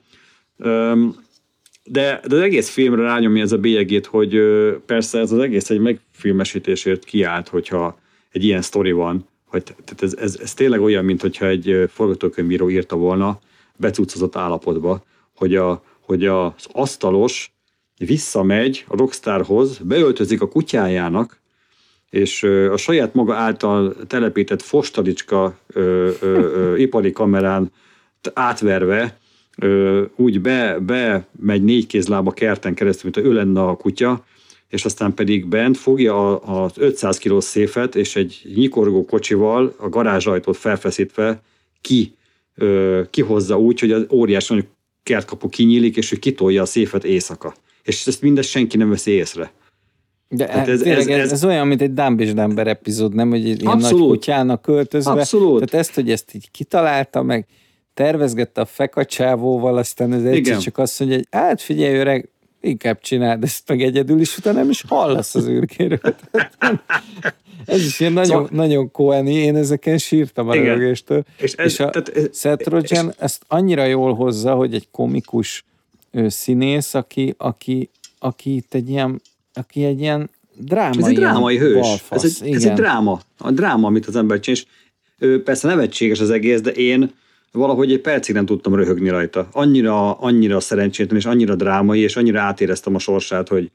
De, de az egész filmre rányomja ez a bélyegét, hogy persze ez az egész egy megfilmesítésért kiállt, hogyha egy ilyen sztori van. Hogy, tehát ez, ez, ez tényleg olyan, mint hogyha egy forgatókönyvíró írta volna becuccozott állapotba, hogy, a, hogy az asztalos visszamegy a rockstarhoz, beöltözik a kutyájának, és a saját maga által telepített fostalicska ö, ö, ö, ipari kamerán átverve ö, úgy be, be megy négykézláb a kerten keresztül, mint ő lenne a kutya, és aztán pedig bent fogja az ötszáz kilós széfet, és egy nyikorgó kocsival a garázsajtót felfeszítve ki, ö, kihozza úgy, hogy az óriás nagy kertkapu kinyílik, és ő kitolja a széfet éjszaka. És ezt mindezt senki nem veszi észre. De hát ez, ez, ez, ez olyan, mint egy Dumb és Dumber epizód, nem? Hogy egy ilyen nagy kutyának költözve. Abszolút. Tehát ezt, hogy ezt így kitalálta, meg tervezgette a fekacsávóval, aztán ez egyszer csak azt mondja, hogy hát figyelj öreg, inkább csináld ezt meg egyedül, és utána nem is hallasz az űrkéről. Ez is ilyen nagyon, szóval, nagyon Coen-i, én ezeken sírtam a rögéstől. És, ez, és a tehát, Seth Rogen ezt annyira jól hozza, hogy egy komikus ő, színész, aki, aki, aki itt egy ilyen aki egy ilyen drámai, ez egy drámai hős. Balfasz, ez, egy, ez egy dráma. A dráma, amit az ember csinál. És persze nevetséges az egész, de én valahogy egy percig nem tudtam röhögni rajta. Annyira, annyira szerencsétlen, és annyira drámai, és annyira átéreztem a sorsát, hogy,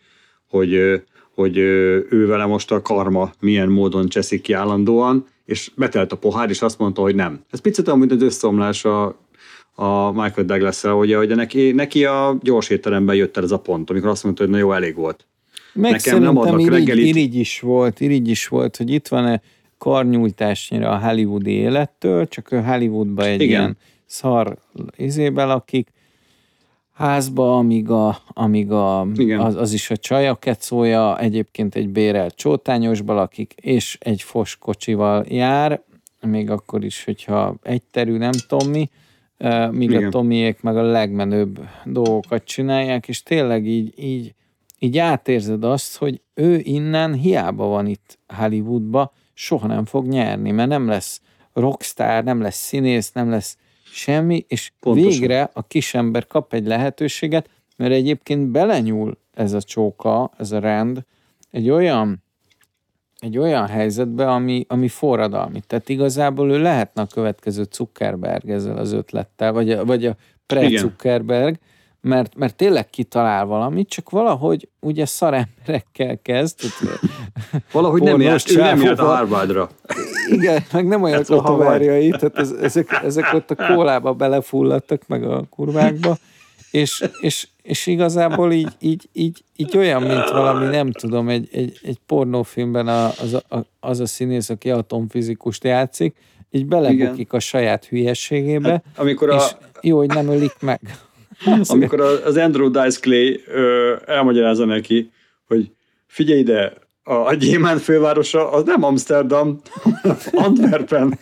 hogy, hogy ő vele most a karma milyen módon cseszik ki állandóan, és betelt a pohár, és azt mondta, hogy nem. Ez picit olyan, mint az összeomlás a, a Michael Douglas-szel, ugye, hogy neki, neki a gyors étteremben jött el ez a pont, amikor azt mondta, hogy na jó, elég volt. Meg nekem nem adnak irigy, reggelit. Irigy is volt, irigy is volt, hogy itt van-e karnyújtásnyira a hollywoodi élettől, csak a Hollywoodban egy igen. ilyen szar izébe lakik, házba, amíg, a, amíg a, az, az is a csaj a kecója, egyébként egy bérelt csótányosba lakik, és egy fos kocsival jár, még akkor is, hogyha egyterű, nem tudom mi, míg igen. a Tomiék meg a legmenőbb dolgokat csinálják, és tényleg így, így, így átérzed azt, hogy ő innen hiába van itt Hollywoodba, soha nem fog nyerni, mert nem lesz rockstar, nem lesz színész, nem lesz semmi, és pontosan. Végre a kisember kap egy lehetőséget, mert egyébként belenyúl ez a csóka, ez a rend egy olyan, egy olyan helyzetbe, ami, ami forradalmi. Tehát igazából ő lehetne a következő Zuckerberg ezzel az ötlettel, vagy a, vagy a pre-Zuckerberg, mert, mert tényleg kitalál valamit, csak valahogy ugye szaremberekkel kezd. Valahogy nem járt, ő nem járt a Harvardra. Igen, meg nem olyan a haverjai, tehát ez, ezek, ezek ott a kólába belefulladtak, meg a kurvákba, és, és, és igazából így, így, így, így olyan, mint valami, nem tudom, egy, egy, egy pornófilmben az a, az a színész, aki atomfizikust játszik, így belebukik igen. a saját hülyeségébe, hát, amikor és a... jó, hogy nem ölik meg. Amikor az Andrew Dice Clay ö, elmagyarázza neki, hogy figyelj ide, a, a gyémánt fővárosa az nem Amsterdam, Antwerpen.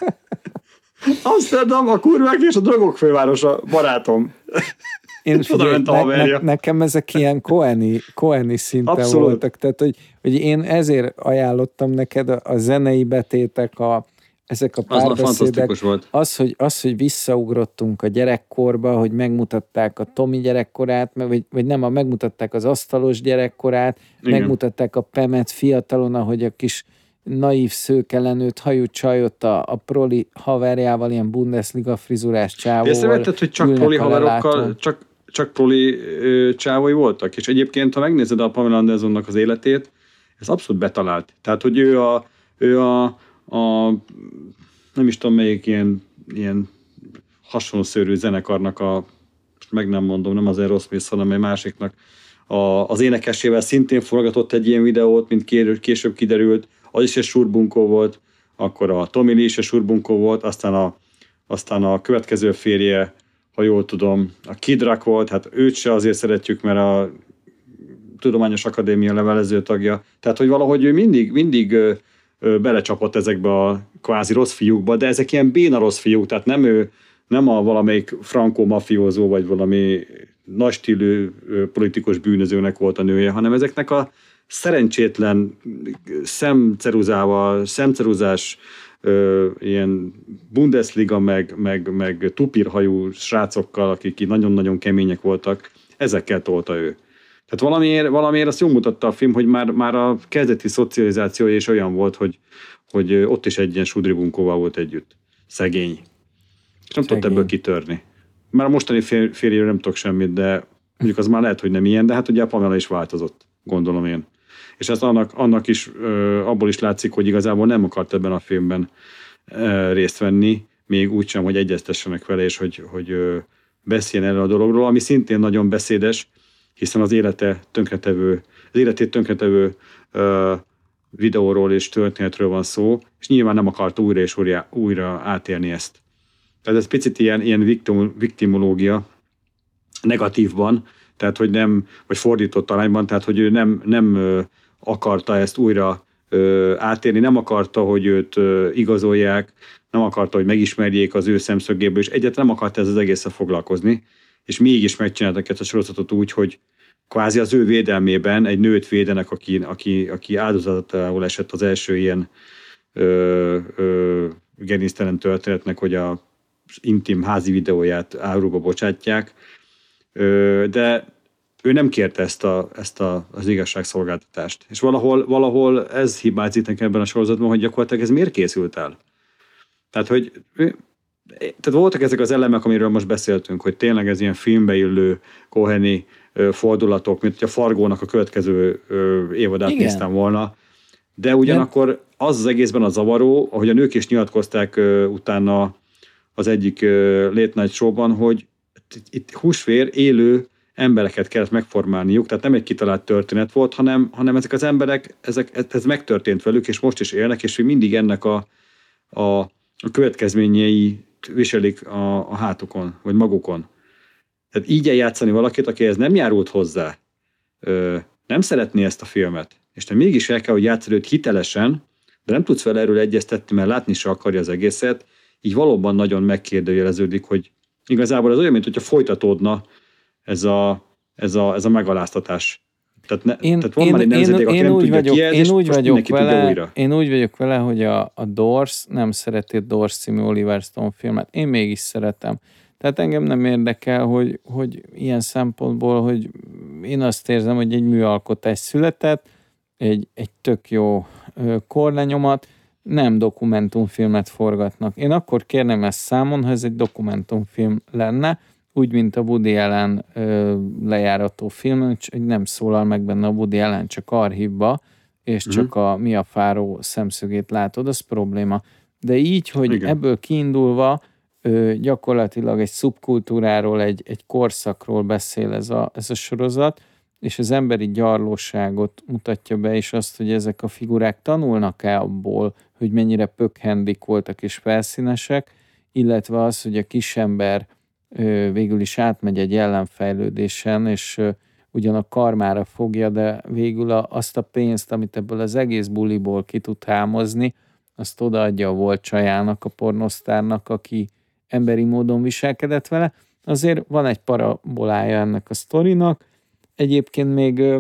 Amsterdam a kurvák és a drogok fővárosa, barátom. Én figyelj, ne, ne, nekem ezek ilyen Coen-i, Coen-i szinten abszolút. Voltak, tehát hogy, hogy én ezért ajánlottam neked a, a zenei betétek, a ezek a párbeszédek, az hogy, az, hogy visszaugrottunk a gyerekkorba, hogy megmutatták a Tomi gyerekkorát, vagy, vagy nem, a megmutatták az asztalos gyerekkorát, igen. megmutatták a Pemet fiatalon, ahogy a kis naív szőkelenőtt hajú csajot a, a proli haverjával, ilyen Bundesliga frizurás csávóval. Észrevetted, hogy csak proli haverokkal, csak, csak proli ö, csávói voltak, és egyébként, ha megnézed a Pamela Andersonnak az életét, ez abszolút betalált. Tehát, hogy ő a, ő a a nem is tudom melyik ilyen, ilyen hasonszörű zenekarnak a, most meg nem mondom, nem az Aerosmith, hanem egy másiknak a, az énekesével szintén forgatott egy ilyen videót, mint később kiderült, az is egy surbunkó volt, akkor a Tommy Lee is egy surbunkó volt, aztán a, aztán a következő férje, ha jól tudom, a Kid Rock volt, hát őt se azért szeretjük, mert a Tudományos Akadémia levelező tagja, tehát hogy valahogy ő mindig, mindig belecsapott ezekbe a kvázi rossz fiúkba, de ezek ilyen béna rossz fiúk, tehát nem ő, nem a valamelyik frankó mafiózó, vagy valami nagy stílű politikus bűnözőnek volt a nője, hanem ezeknek a szerencsétlen szemceruzával, szemceruzás ilyen Bundesliga, meg, meg, meg tupírhajú srácokkal, akik nagyon-nagyon kemények voltak, ezekkel tolta ő. Tehát valamiért, valamiért azt jól mutatta a film, hogy már, már a kezdeti szocializációja is olyan volt, hogy, hogy ott is egy ilyen sudribunkóval volt együtt. Szegény. És nem tudott ebből kitörni. Már a mostani férjéről nem tudok semmit, de mondjuk az már lehet, hogy nem ilyen, de hát ugye a Pamela is változott, gondolom én. És ez annak, annak is, abból is látszik, hogy igazából nem akart ebben a filmben részt venni, még úgy sem, hogy egyeztessenek vele, és hogy, hogy beszéljen erről a dologról, ami szintén nagyon beszédes, hiszen az élete tönkretevő, az életét tönkretevő uh, videóról és történetről van szó, és nyilván nem akart újra és újra, újra átélni ezt. Tehát ez picit ilyen, ilyen viktim, viktimológia negatívban, tehát hogy nem, vagy fordított arányban, tehát hogy ő nem, nem uh, akarta ezt újra uh, átélni, nem akarta, hogy őt uh, igazolják, nem akarta, hogy megismerjék az ő szemszögéből, és egyáltalán nem akarta ez az egészen foglalkozni, és mégis megcsináltak ezt a sorozatot úgy, hogy kvázi az ő védelmében egy nőt védenek, aki, aki, aki áldozatául esett az első ilyen ö, ö, gerinctelen történetnek, hogy az intim házi videóját áruba bocsátják, ö, de ő nem kérte ezt, a, ezt a, az igazságszolgáltatást. És valahol, valahol ez hibázik ebben a sorozatban, hogy gyakorlatilag ez miért készült el? Tehát, hogy tehát voltak ezek az elemek, amiről most beszéltünk, hogy tényleg ez ilyen filmbe illő Coen-i fordulatok, mint hogy a Fargónak a következő évadát Igen. néztem volna. De ugyanakkor az az egészben a zavaró, ahogy a nők is nyilatkozták utána az egyik late night showban, hogy itt húsvér, élő embereket kellett megformálniuk, tehát nem egy kitalált történet volt, hanem, hanem ezek az emberek, ezek, ez megtörtént velük, és most is élnek, és mindig ennek a, a, a következményei viselik a, a hátukon, vagy magukon. Tehát így eljátszani valakit, aki ez nem járult hozzá, ö, nem szeretné ezt a filmet, és te mégis el kell, hogy játszani őt hitelesen, de nem tudsz vele erről egyeztetni, mert látni se akarja az egészet, így valóban nagyon megkérdőjeleződik, hogy igazából ez olyan, mint hogyha folytatódna ez a, ez a, ez a megaláztatás. Tehát, ne, én, tehát van én, már egy nemzedék, aki nem úgy tudja vagyok, ki ez, én és úgy most vagyok vele, újra. Én úgy vagyok vele, hogy a, a Doors nem szereti a Doors című Oliver Stone filmet. Én mégis szeretem. Tehát engem nem érdekel, hogy, hogy ilyen szempontból, hogy én azt érzem, hogy egy műalkotás született, egy, egy tök jó korlenyomat, nem dokumentumfilmet forgatnak. Én akkor kérném ezt számon, ha ez egy dokumentumfilm lenne, úgy, mint a Woody Allen ö, lejárató film, hogy nem szólal meg benne a Woody Allen, csak archívba, és uh-huh. csak a Mia Farrow szemszögét látod, az probléma. De így, hogy Igen. ebből kiindulva ö, gyakorlatilag egy szubkultúráról, egy, egy korszakról beszél ez a, ez a sorozat, és az emberi gyarlóságot mutatja be, és azt, hogy ezek a figurák tanulnak-e abból, hogy mennyire pökhendik voltak és felszínesek, illetve az, hogy a kisember végül is átmegy egy ellenfejlődésen, és ugyan a karmára fogja, de végül a, azt a pénzt, amit ebből az egész buliból ki tud hámozni, azt odaadja a volt csajának, a pornosztárnak, aki emberi módon viselkedett vele. Azért van egy parabolája ennek a sztorinak. Egyébként még ö,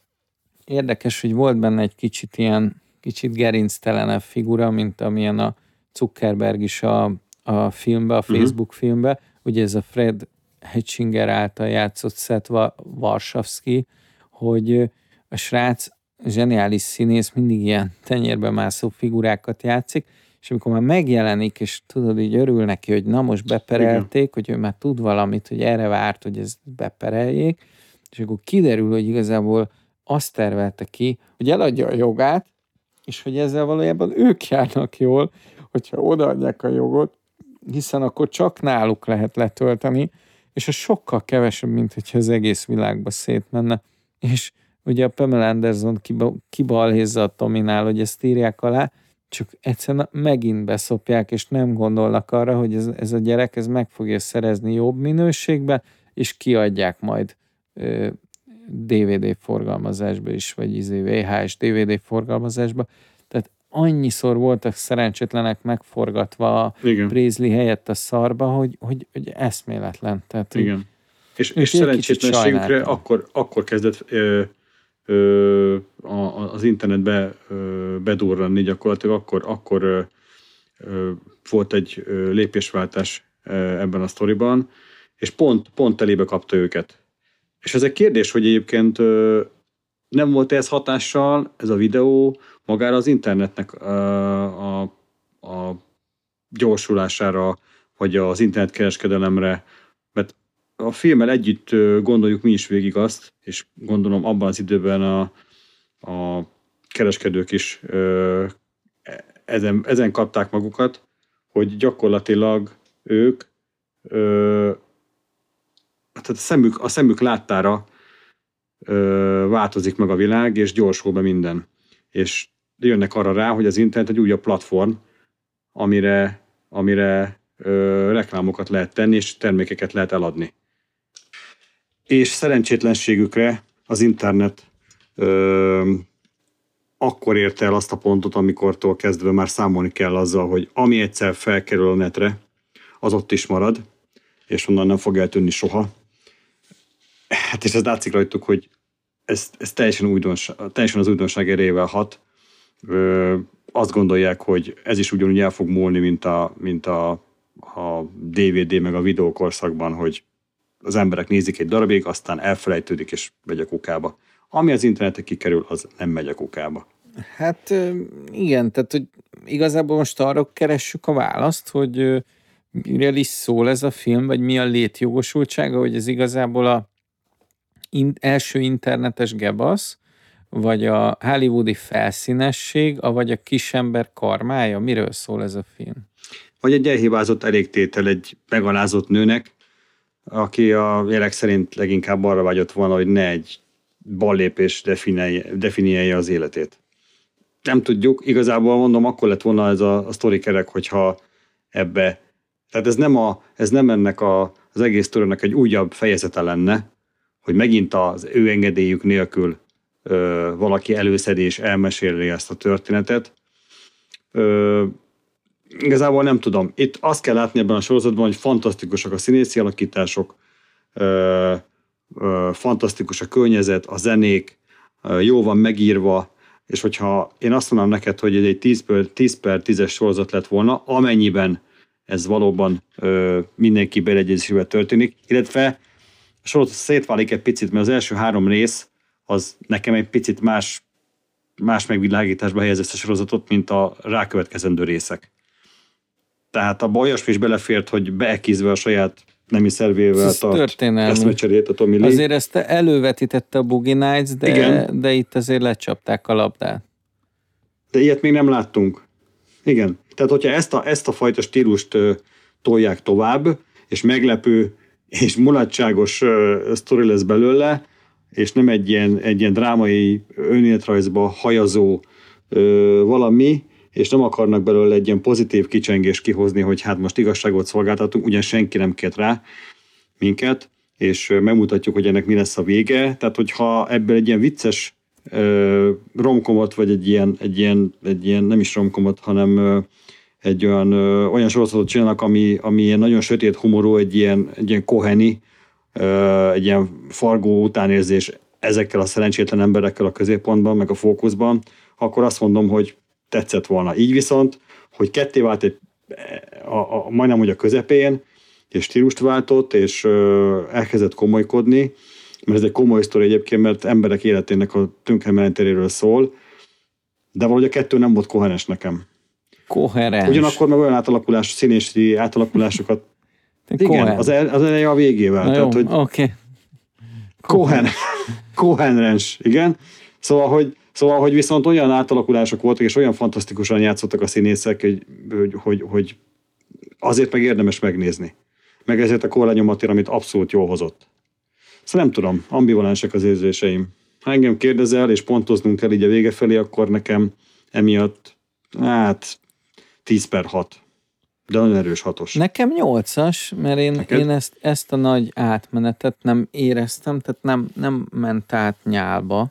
érdekes, hogy volt benne egy kicsit ilyen, kicsit gerinctelenebb figura, mint amilyen a Zuckerberg is a, a filmbe, a Facebook uh-huh. filmbe. Ugye ez a Fred Hetchinger által játszott Seth Warshawski, hogy a srác zseniális színész, mindig ilyen tenyérbe mászó figurákat játszik, és amikor már megjelenik, és tudod, így örül neki, hogy na most beperelték, Igen. hogy ő már tud valamit, hogy erre várt, hogy ezt bepereljék, és akkor kiderül, hogy igazából azt tervelte ki, hogy eladja a jogát, és hogy ezzel valójában ők járnak jól, hogyha odaadják a jogot, hiszen akkor csak náluk lehet letölteni, és az sokkal kevesebb, mint hogyha az egész világba szétmenne. És ugye a Pamela Anderson kiba, kibalhézza a Tominál, hogy ezt írják alá, csak egyszerűen megint beszopják, és nem gondolnak arra, hogy ez, ez a gyerek ez meg fogja szerezni jobb minőségben, és kiadják majd ö, dé vé dé forgalmazásba is, vagy izé vé há es dé vé dé forgalmazásba. Tehát annyiszor voltak szerencsétlenek megforgatva a Prézli helyett a szarba, hogy, hogy, hogy eszméletlen. Tehát, Igen. Hogy, és, és szerencsétlenségükre akkor, akkor kezdett ö, ö, a, az internetbe ö, bedurranni gyakorlatilag, akkor, akkor ö, ö, volt egy ö, lépésváltás ö, ebben a sztoriban, és pont, pont elébe kapta őket. És ez egy kérdés, hogy egyébként ö, nem volt ez hatással, ez a videó, magára az internetnek a, a, a gyorsulására, vagy az internetkereskedelemre, mert a filmmel együtt gondoljuk mi is végig azt, és gondolom abban az időben a, a kereskedők is ezen, ezen kapták magukat, hogy gyakorlatilag ők tehát a szemük, a szemük láttára változik meg a világ, és gyorsul be minden. És jönnek arra rá, hogy az internet egy újabb platform, amire, amire ö, reklámokat lehet tenni, és termékeket lehet eladni. És szerencsétlenségükre az internet ö, akkor érte el azt a pontot, amikortól kezdve már számolni kell azzal, hogy ami egyszer felkerül a netre, az ott is marad, és onnan nem fog eltűnni soha. Hát és ez látszik rajtuk, hogy ez, ez teljesen, újdonság, teljesen az újdonság erejével hat. Ö, azt gondolják, hogy ez is ugyanúgy el fog múlni, mint a, mint a, a dé vé dé meg a videókorszakban, hogy az emberek nézik egy darabig, aztán elfelejtődik és megy a kukába. Ami az internetre kikerül, az nem megy a kukába. Hát igen, tehát hogy igazából most arra keressük a választ, hogy miről is szól ez a film, vagy mi a létjogosultsága, hogy ez igazából a in, első internetes gebasz, vagy a hollywoodi felszínesség, vagy a kisember karmája? Miről szól ez a film? Vagy egy elhibázott elégtétel egy megalázott nőnek, aki a jelek szerint leginkább arra vágyott volna, hogy ne egy ballépés definiálja az életét. Nem tudjuk, igazából mondom, akkor lett volna ez a, a sztori kerek, hogyha ebbe, tehát ez nem, a, ez nem ennek a, az egész sztorinak egy újabb fejezete lenne, hogy megint az ő engedélyük nélkül ö, valaki előszedés elmeséli ezt a történetet. Ö, igazából nem tudom. Itt azt kell látni ebben a sorozatban, hogy fantasztikusak a színészi alakítások, ö, ö, fantasztikus a környezet, a zenék, ö, jó van megírva, és hogyha én azt mondanám neked, hogy ez egy tíz per tízes sorozat lett volna, amennyiben ez valóban ö, mindenki beleegyezésével történik, illetve a sorozat szétválik egy picit, mert az első három rész az nekem egy picit más, más megvilágításba helyez ezt a sorozatot, mint a rákövetkezendő részek. Tehát abban olyasmi is belefért, hogy beekizve a saját nemi szervével ez tart eszmecserét a Tommy Lee. Azért ezt elővetítette a Boogie Nights, de, de itt azért lecsapták a labdát. De ilyet még nem láttunk. Igen. Tehát, hogyha ezt a, ezt a fajta stílust uh, tolják tovább, és meglepő, és mulatságos uh, sztori lesz belőle, és nem egy ilyen, egy ilyen drámai önéletrajzba hajazó uh, valami, és nem akarnak belőle egy ilyen pozitív kicsengést kihozni, hogy hát most igazságot szolgáltatunk, ugyan senki nem kért rá minket, és megmutatjuk, hogy ennek mi lesz a vége. Tehát, hogyha ebből egy ilyen vicces uh, romkomot, vagy egy ilyen, egy, ilyen, egy ilyen, nem is romkomot, hanem uh, egy olyan, uh, olyan sorozatot csinálnak, ami, ami ilyen nagyon sötét humorú, egy ilyen, egy ilyen koheni, uh, egy ilyen Fargó utánérzés ezekkel a szerencsétlen emberekkel a középpontban, meg a fókuszban, akkor azt mondom, hogy tetszett volna. Így viszont, hogy ketté vált egy, a, a, majdnem, hogy a közepén, és stílust váltott, és ö, elkezdett komolykodni, mert ez egy komoly sztori egyébként, mert emberek életének a tönkremenetéről szól, de valahogy a kettő nem volt koherens nekem. Koherens. Ugyanakkor meg olyan átalakulás, színészi átalakulásokat, igen, Kohen. az, el, az eleje a végével. Na tehát, jó, hogy oké. Kohen. Kohenrens, igen. Szóval, hogy Szóval, hogy viszont olyan átalakulások voltak, és olyan fantasztikusan játszottak a színészek, hogy, hogy, hogy, hogy azért meg érdemes megnézni. Meg ezért a korlányomatért, amit abszolút jól hozott. Szóval nem tudom, ambivalensek az érzéseim. Ha engem kérdezel, és pontoznunk kell így a vége felé, akkor nekem emiatt, hát, tíz per hat. De nagyon erős hatos. Nekem nyolcas, mert én, én ezt, ezt a nagy átmenetet nem éreztem, tehát nem, nem ment át nyálba.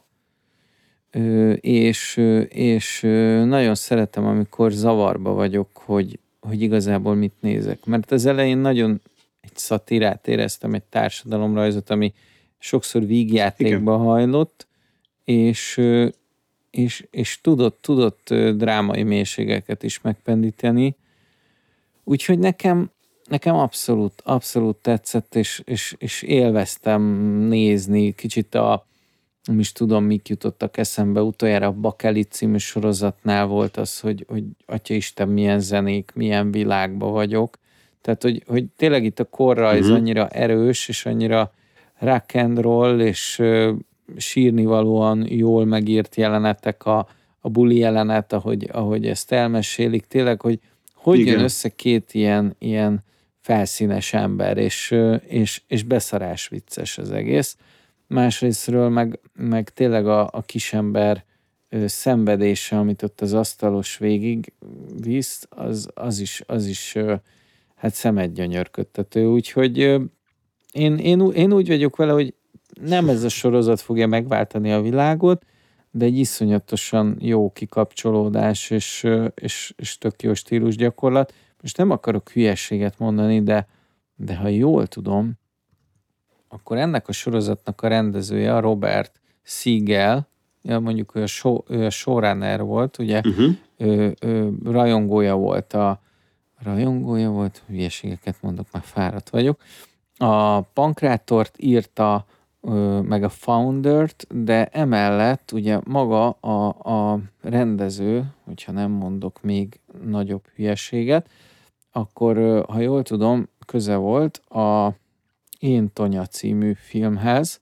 Ö, és, és nagyon szeretem, amikor zavarba vagyok, hogy, hogy igazából mit nézek. Mert az elején nagyon egy szatirát éreztem, egy társadalomrajzot, ami sokszor vígjátékba hajlott, és, és, és tudott, tudott drámai mélységeket is megpendíteni. Úgyhogy nekem, nekem abszolút, abszolút tetszett, és, és, és élveztem nézni kicsit a nem is tudom, mik jutottak eszembe. Utoljára a Bakelit című sorozatnál volt az, hogy, hogy Atyaisten, milyen zenék, milyen világba vagyok. Tehát, hogy, hogy tényleg itt a korrajz uh-huh. annyira erős, és annyira rock and roll, és uh, sírnivalóan jól megírt jelenetek, a, a buli jelenet, ahogy, ahogy ezt elmesélik. Tényleg, hogy hogy Igen. jön össze két ilyen, ilyen felszínes ember, és, és, és beszarás vicces az egész. Másrésztről meg, meg tényleg a, a kisember ö, szenvedése, amit ott az asztalos végig visz, az, az is, az is ö, hát szemedgyönyörködtető. Úgyhogy ö, én, én, én úgy vagyok vele, hogy nem ez a sorozat fogja megváltani a világot, de egy iszonyatosan jó kikapcsolódás és, és, és tök jó stílus gyakorlat. Most nem akarok hülyességet mondani, de, de ha jól tudom, akkor ennek a sorozatnak a rendezője, a Robert Siegel, ja, mondjuk ő a, show, ő a showrunner volt, ugye, uh-huh. ő, ő rajongója volt a rajongója volt, hülyeségeket mondok, már fáradt vagyok. A Pankrátort írta meg a Foundert, de emellett ugye maga a, a rendező, hogyha nem mondok még nagyobb hülyeséget, akkor, ha jól tudom, köze volt a Én Tonya című filmhez,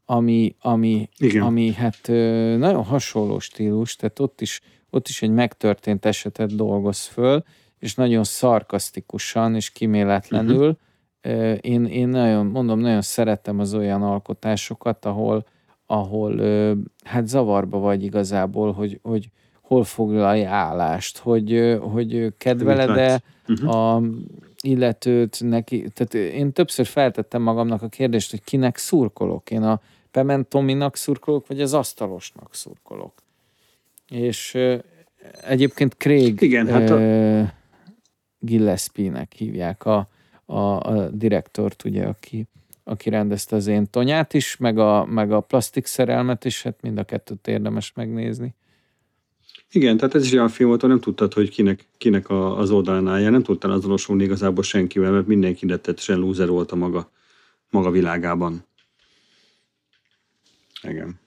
ami, ami, ami hát nagyon hasonló stílus, tehát ott is, ott is egy megtörtént esetet dolgoz föl, és nagyon szarkasztikusan és kíméletlenül. Uh-huh. Én, én nagyon, mondom, nagyon szeretem az olyan alkotásokat, ahol, ahol hát zavarba vagy igazából, hogy, hogy hol foglalj állást, hogy, hogy kedveled-e uh-huh. a illetőt neki. Tehát én többször feltettem magamnak a kérdést, hogy kinek szurkolok. Én a Pement Tominak szurkolok, vagy az asztalosnak szurkolok. És uh, egyébként Craig Igen, hát a... uh, Gillespie-nek hívják a, a, a direktort, ugye, aki, aki rendezte az Én Tonyát is, meg a, meg a Plastik szerelmet is, hát mind a kettőt érdemes megnézni. Igen, tehát ez is olyan film volt, nem tudtad, hogy kinek, kinek a, az oldalán állja, nem tudtál azonosulni igazából senkivel, mert mindenki rettetesen lúzer volt a maga, maga világában. Igen.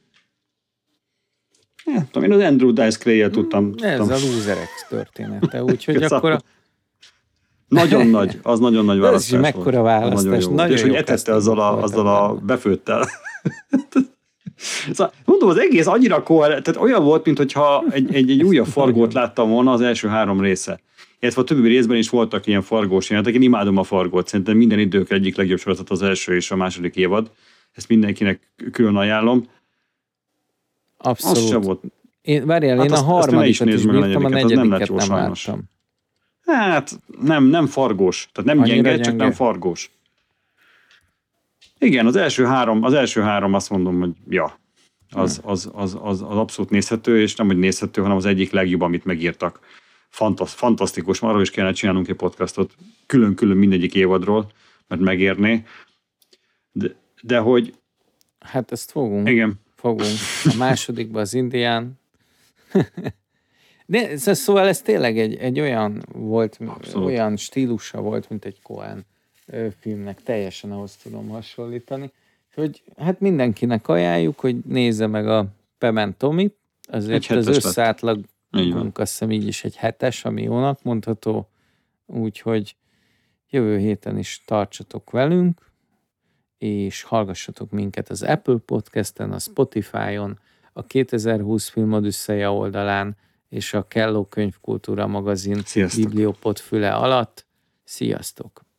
Ja, tudom, én az Andrew Dice Clay-jel tudtam. Ez tudtam. a lúzerek története, úgyhogy akkor a... Nagyon nagy, az nagyon nagy választás volt. Ez is mekkora választás. Nagyon jó. Nagyon és hogy etette azzal a, azzal a befőttel. Szóval, mondom, az egész annyira koherens, tehát olyan volt, mintha egy, egy, egy újabb Fargót láttam volna az első három része. Illetve a többi részben is voltak ilyen fargós jelenetek, én imádom a Fargót, szerintem minden idők egyik legjobb sorozat az első és a második évad. Ezt mindenkinek külön ajánlom. Abszolút. Volt. Én, várjál, hát én azt, a harmadikat is, is bírtam, a negyediket nem, nem láttam. Hát nem, nem fargós. Tehát nem gyenge, gyenge, csak nem fargós. Igen, az első három, az első három azt mondom, hogy ja, az, az, az, az, az abszolút nézhető, és nem, hogy nézhető, hanem az egyik legjobb, amit megírtak. Fantasz, fantasztikus, arról is kellene csinálnunk egy podcastot, külön-külön mindegyik évadról, mert megérné. De, de hogy... Hát ezt fogunk. Igen. Fogunk. A másodikban az indián. De szóval ez tényleg egy, egy olyan volt, abszolút. Olyan stílusa volt, mint egy Coen filmnek, teljesen ahhoz tudom hasonlítani, hogy hát mindenkinek ajánljuk, hogy nézze meg a Pement Tomit, azért az összeátlagunk azt hiszem így is egy hetes, ami jónak mondható, úgyhogy jövő héten is tartsatok velünk, és hallgassatok minket az Apple Podcasten, a Spotify-on, a kétezer-húsz Film Odüsszeia oldalán, és a Kelló Könyvkultúra magazin Bibliopod füle alatt. Sziasztok!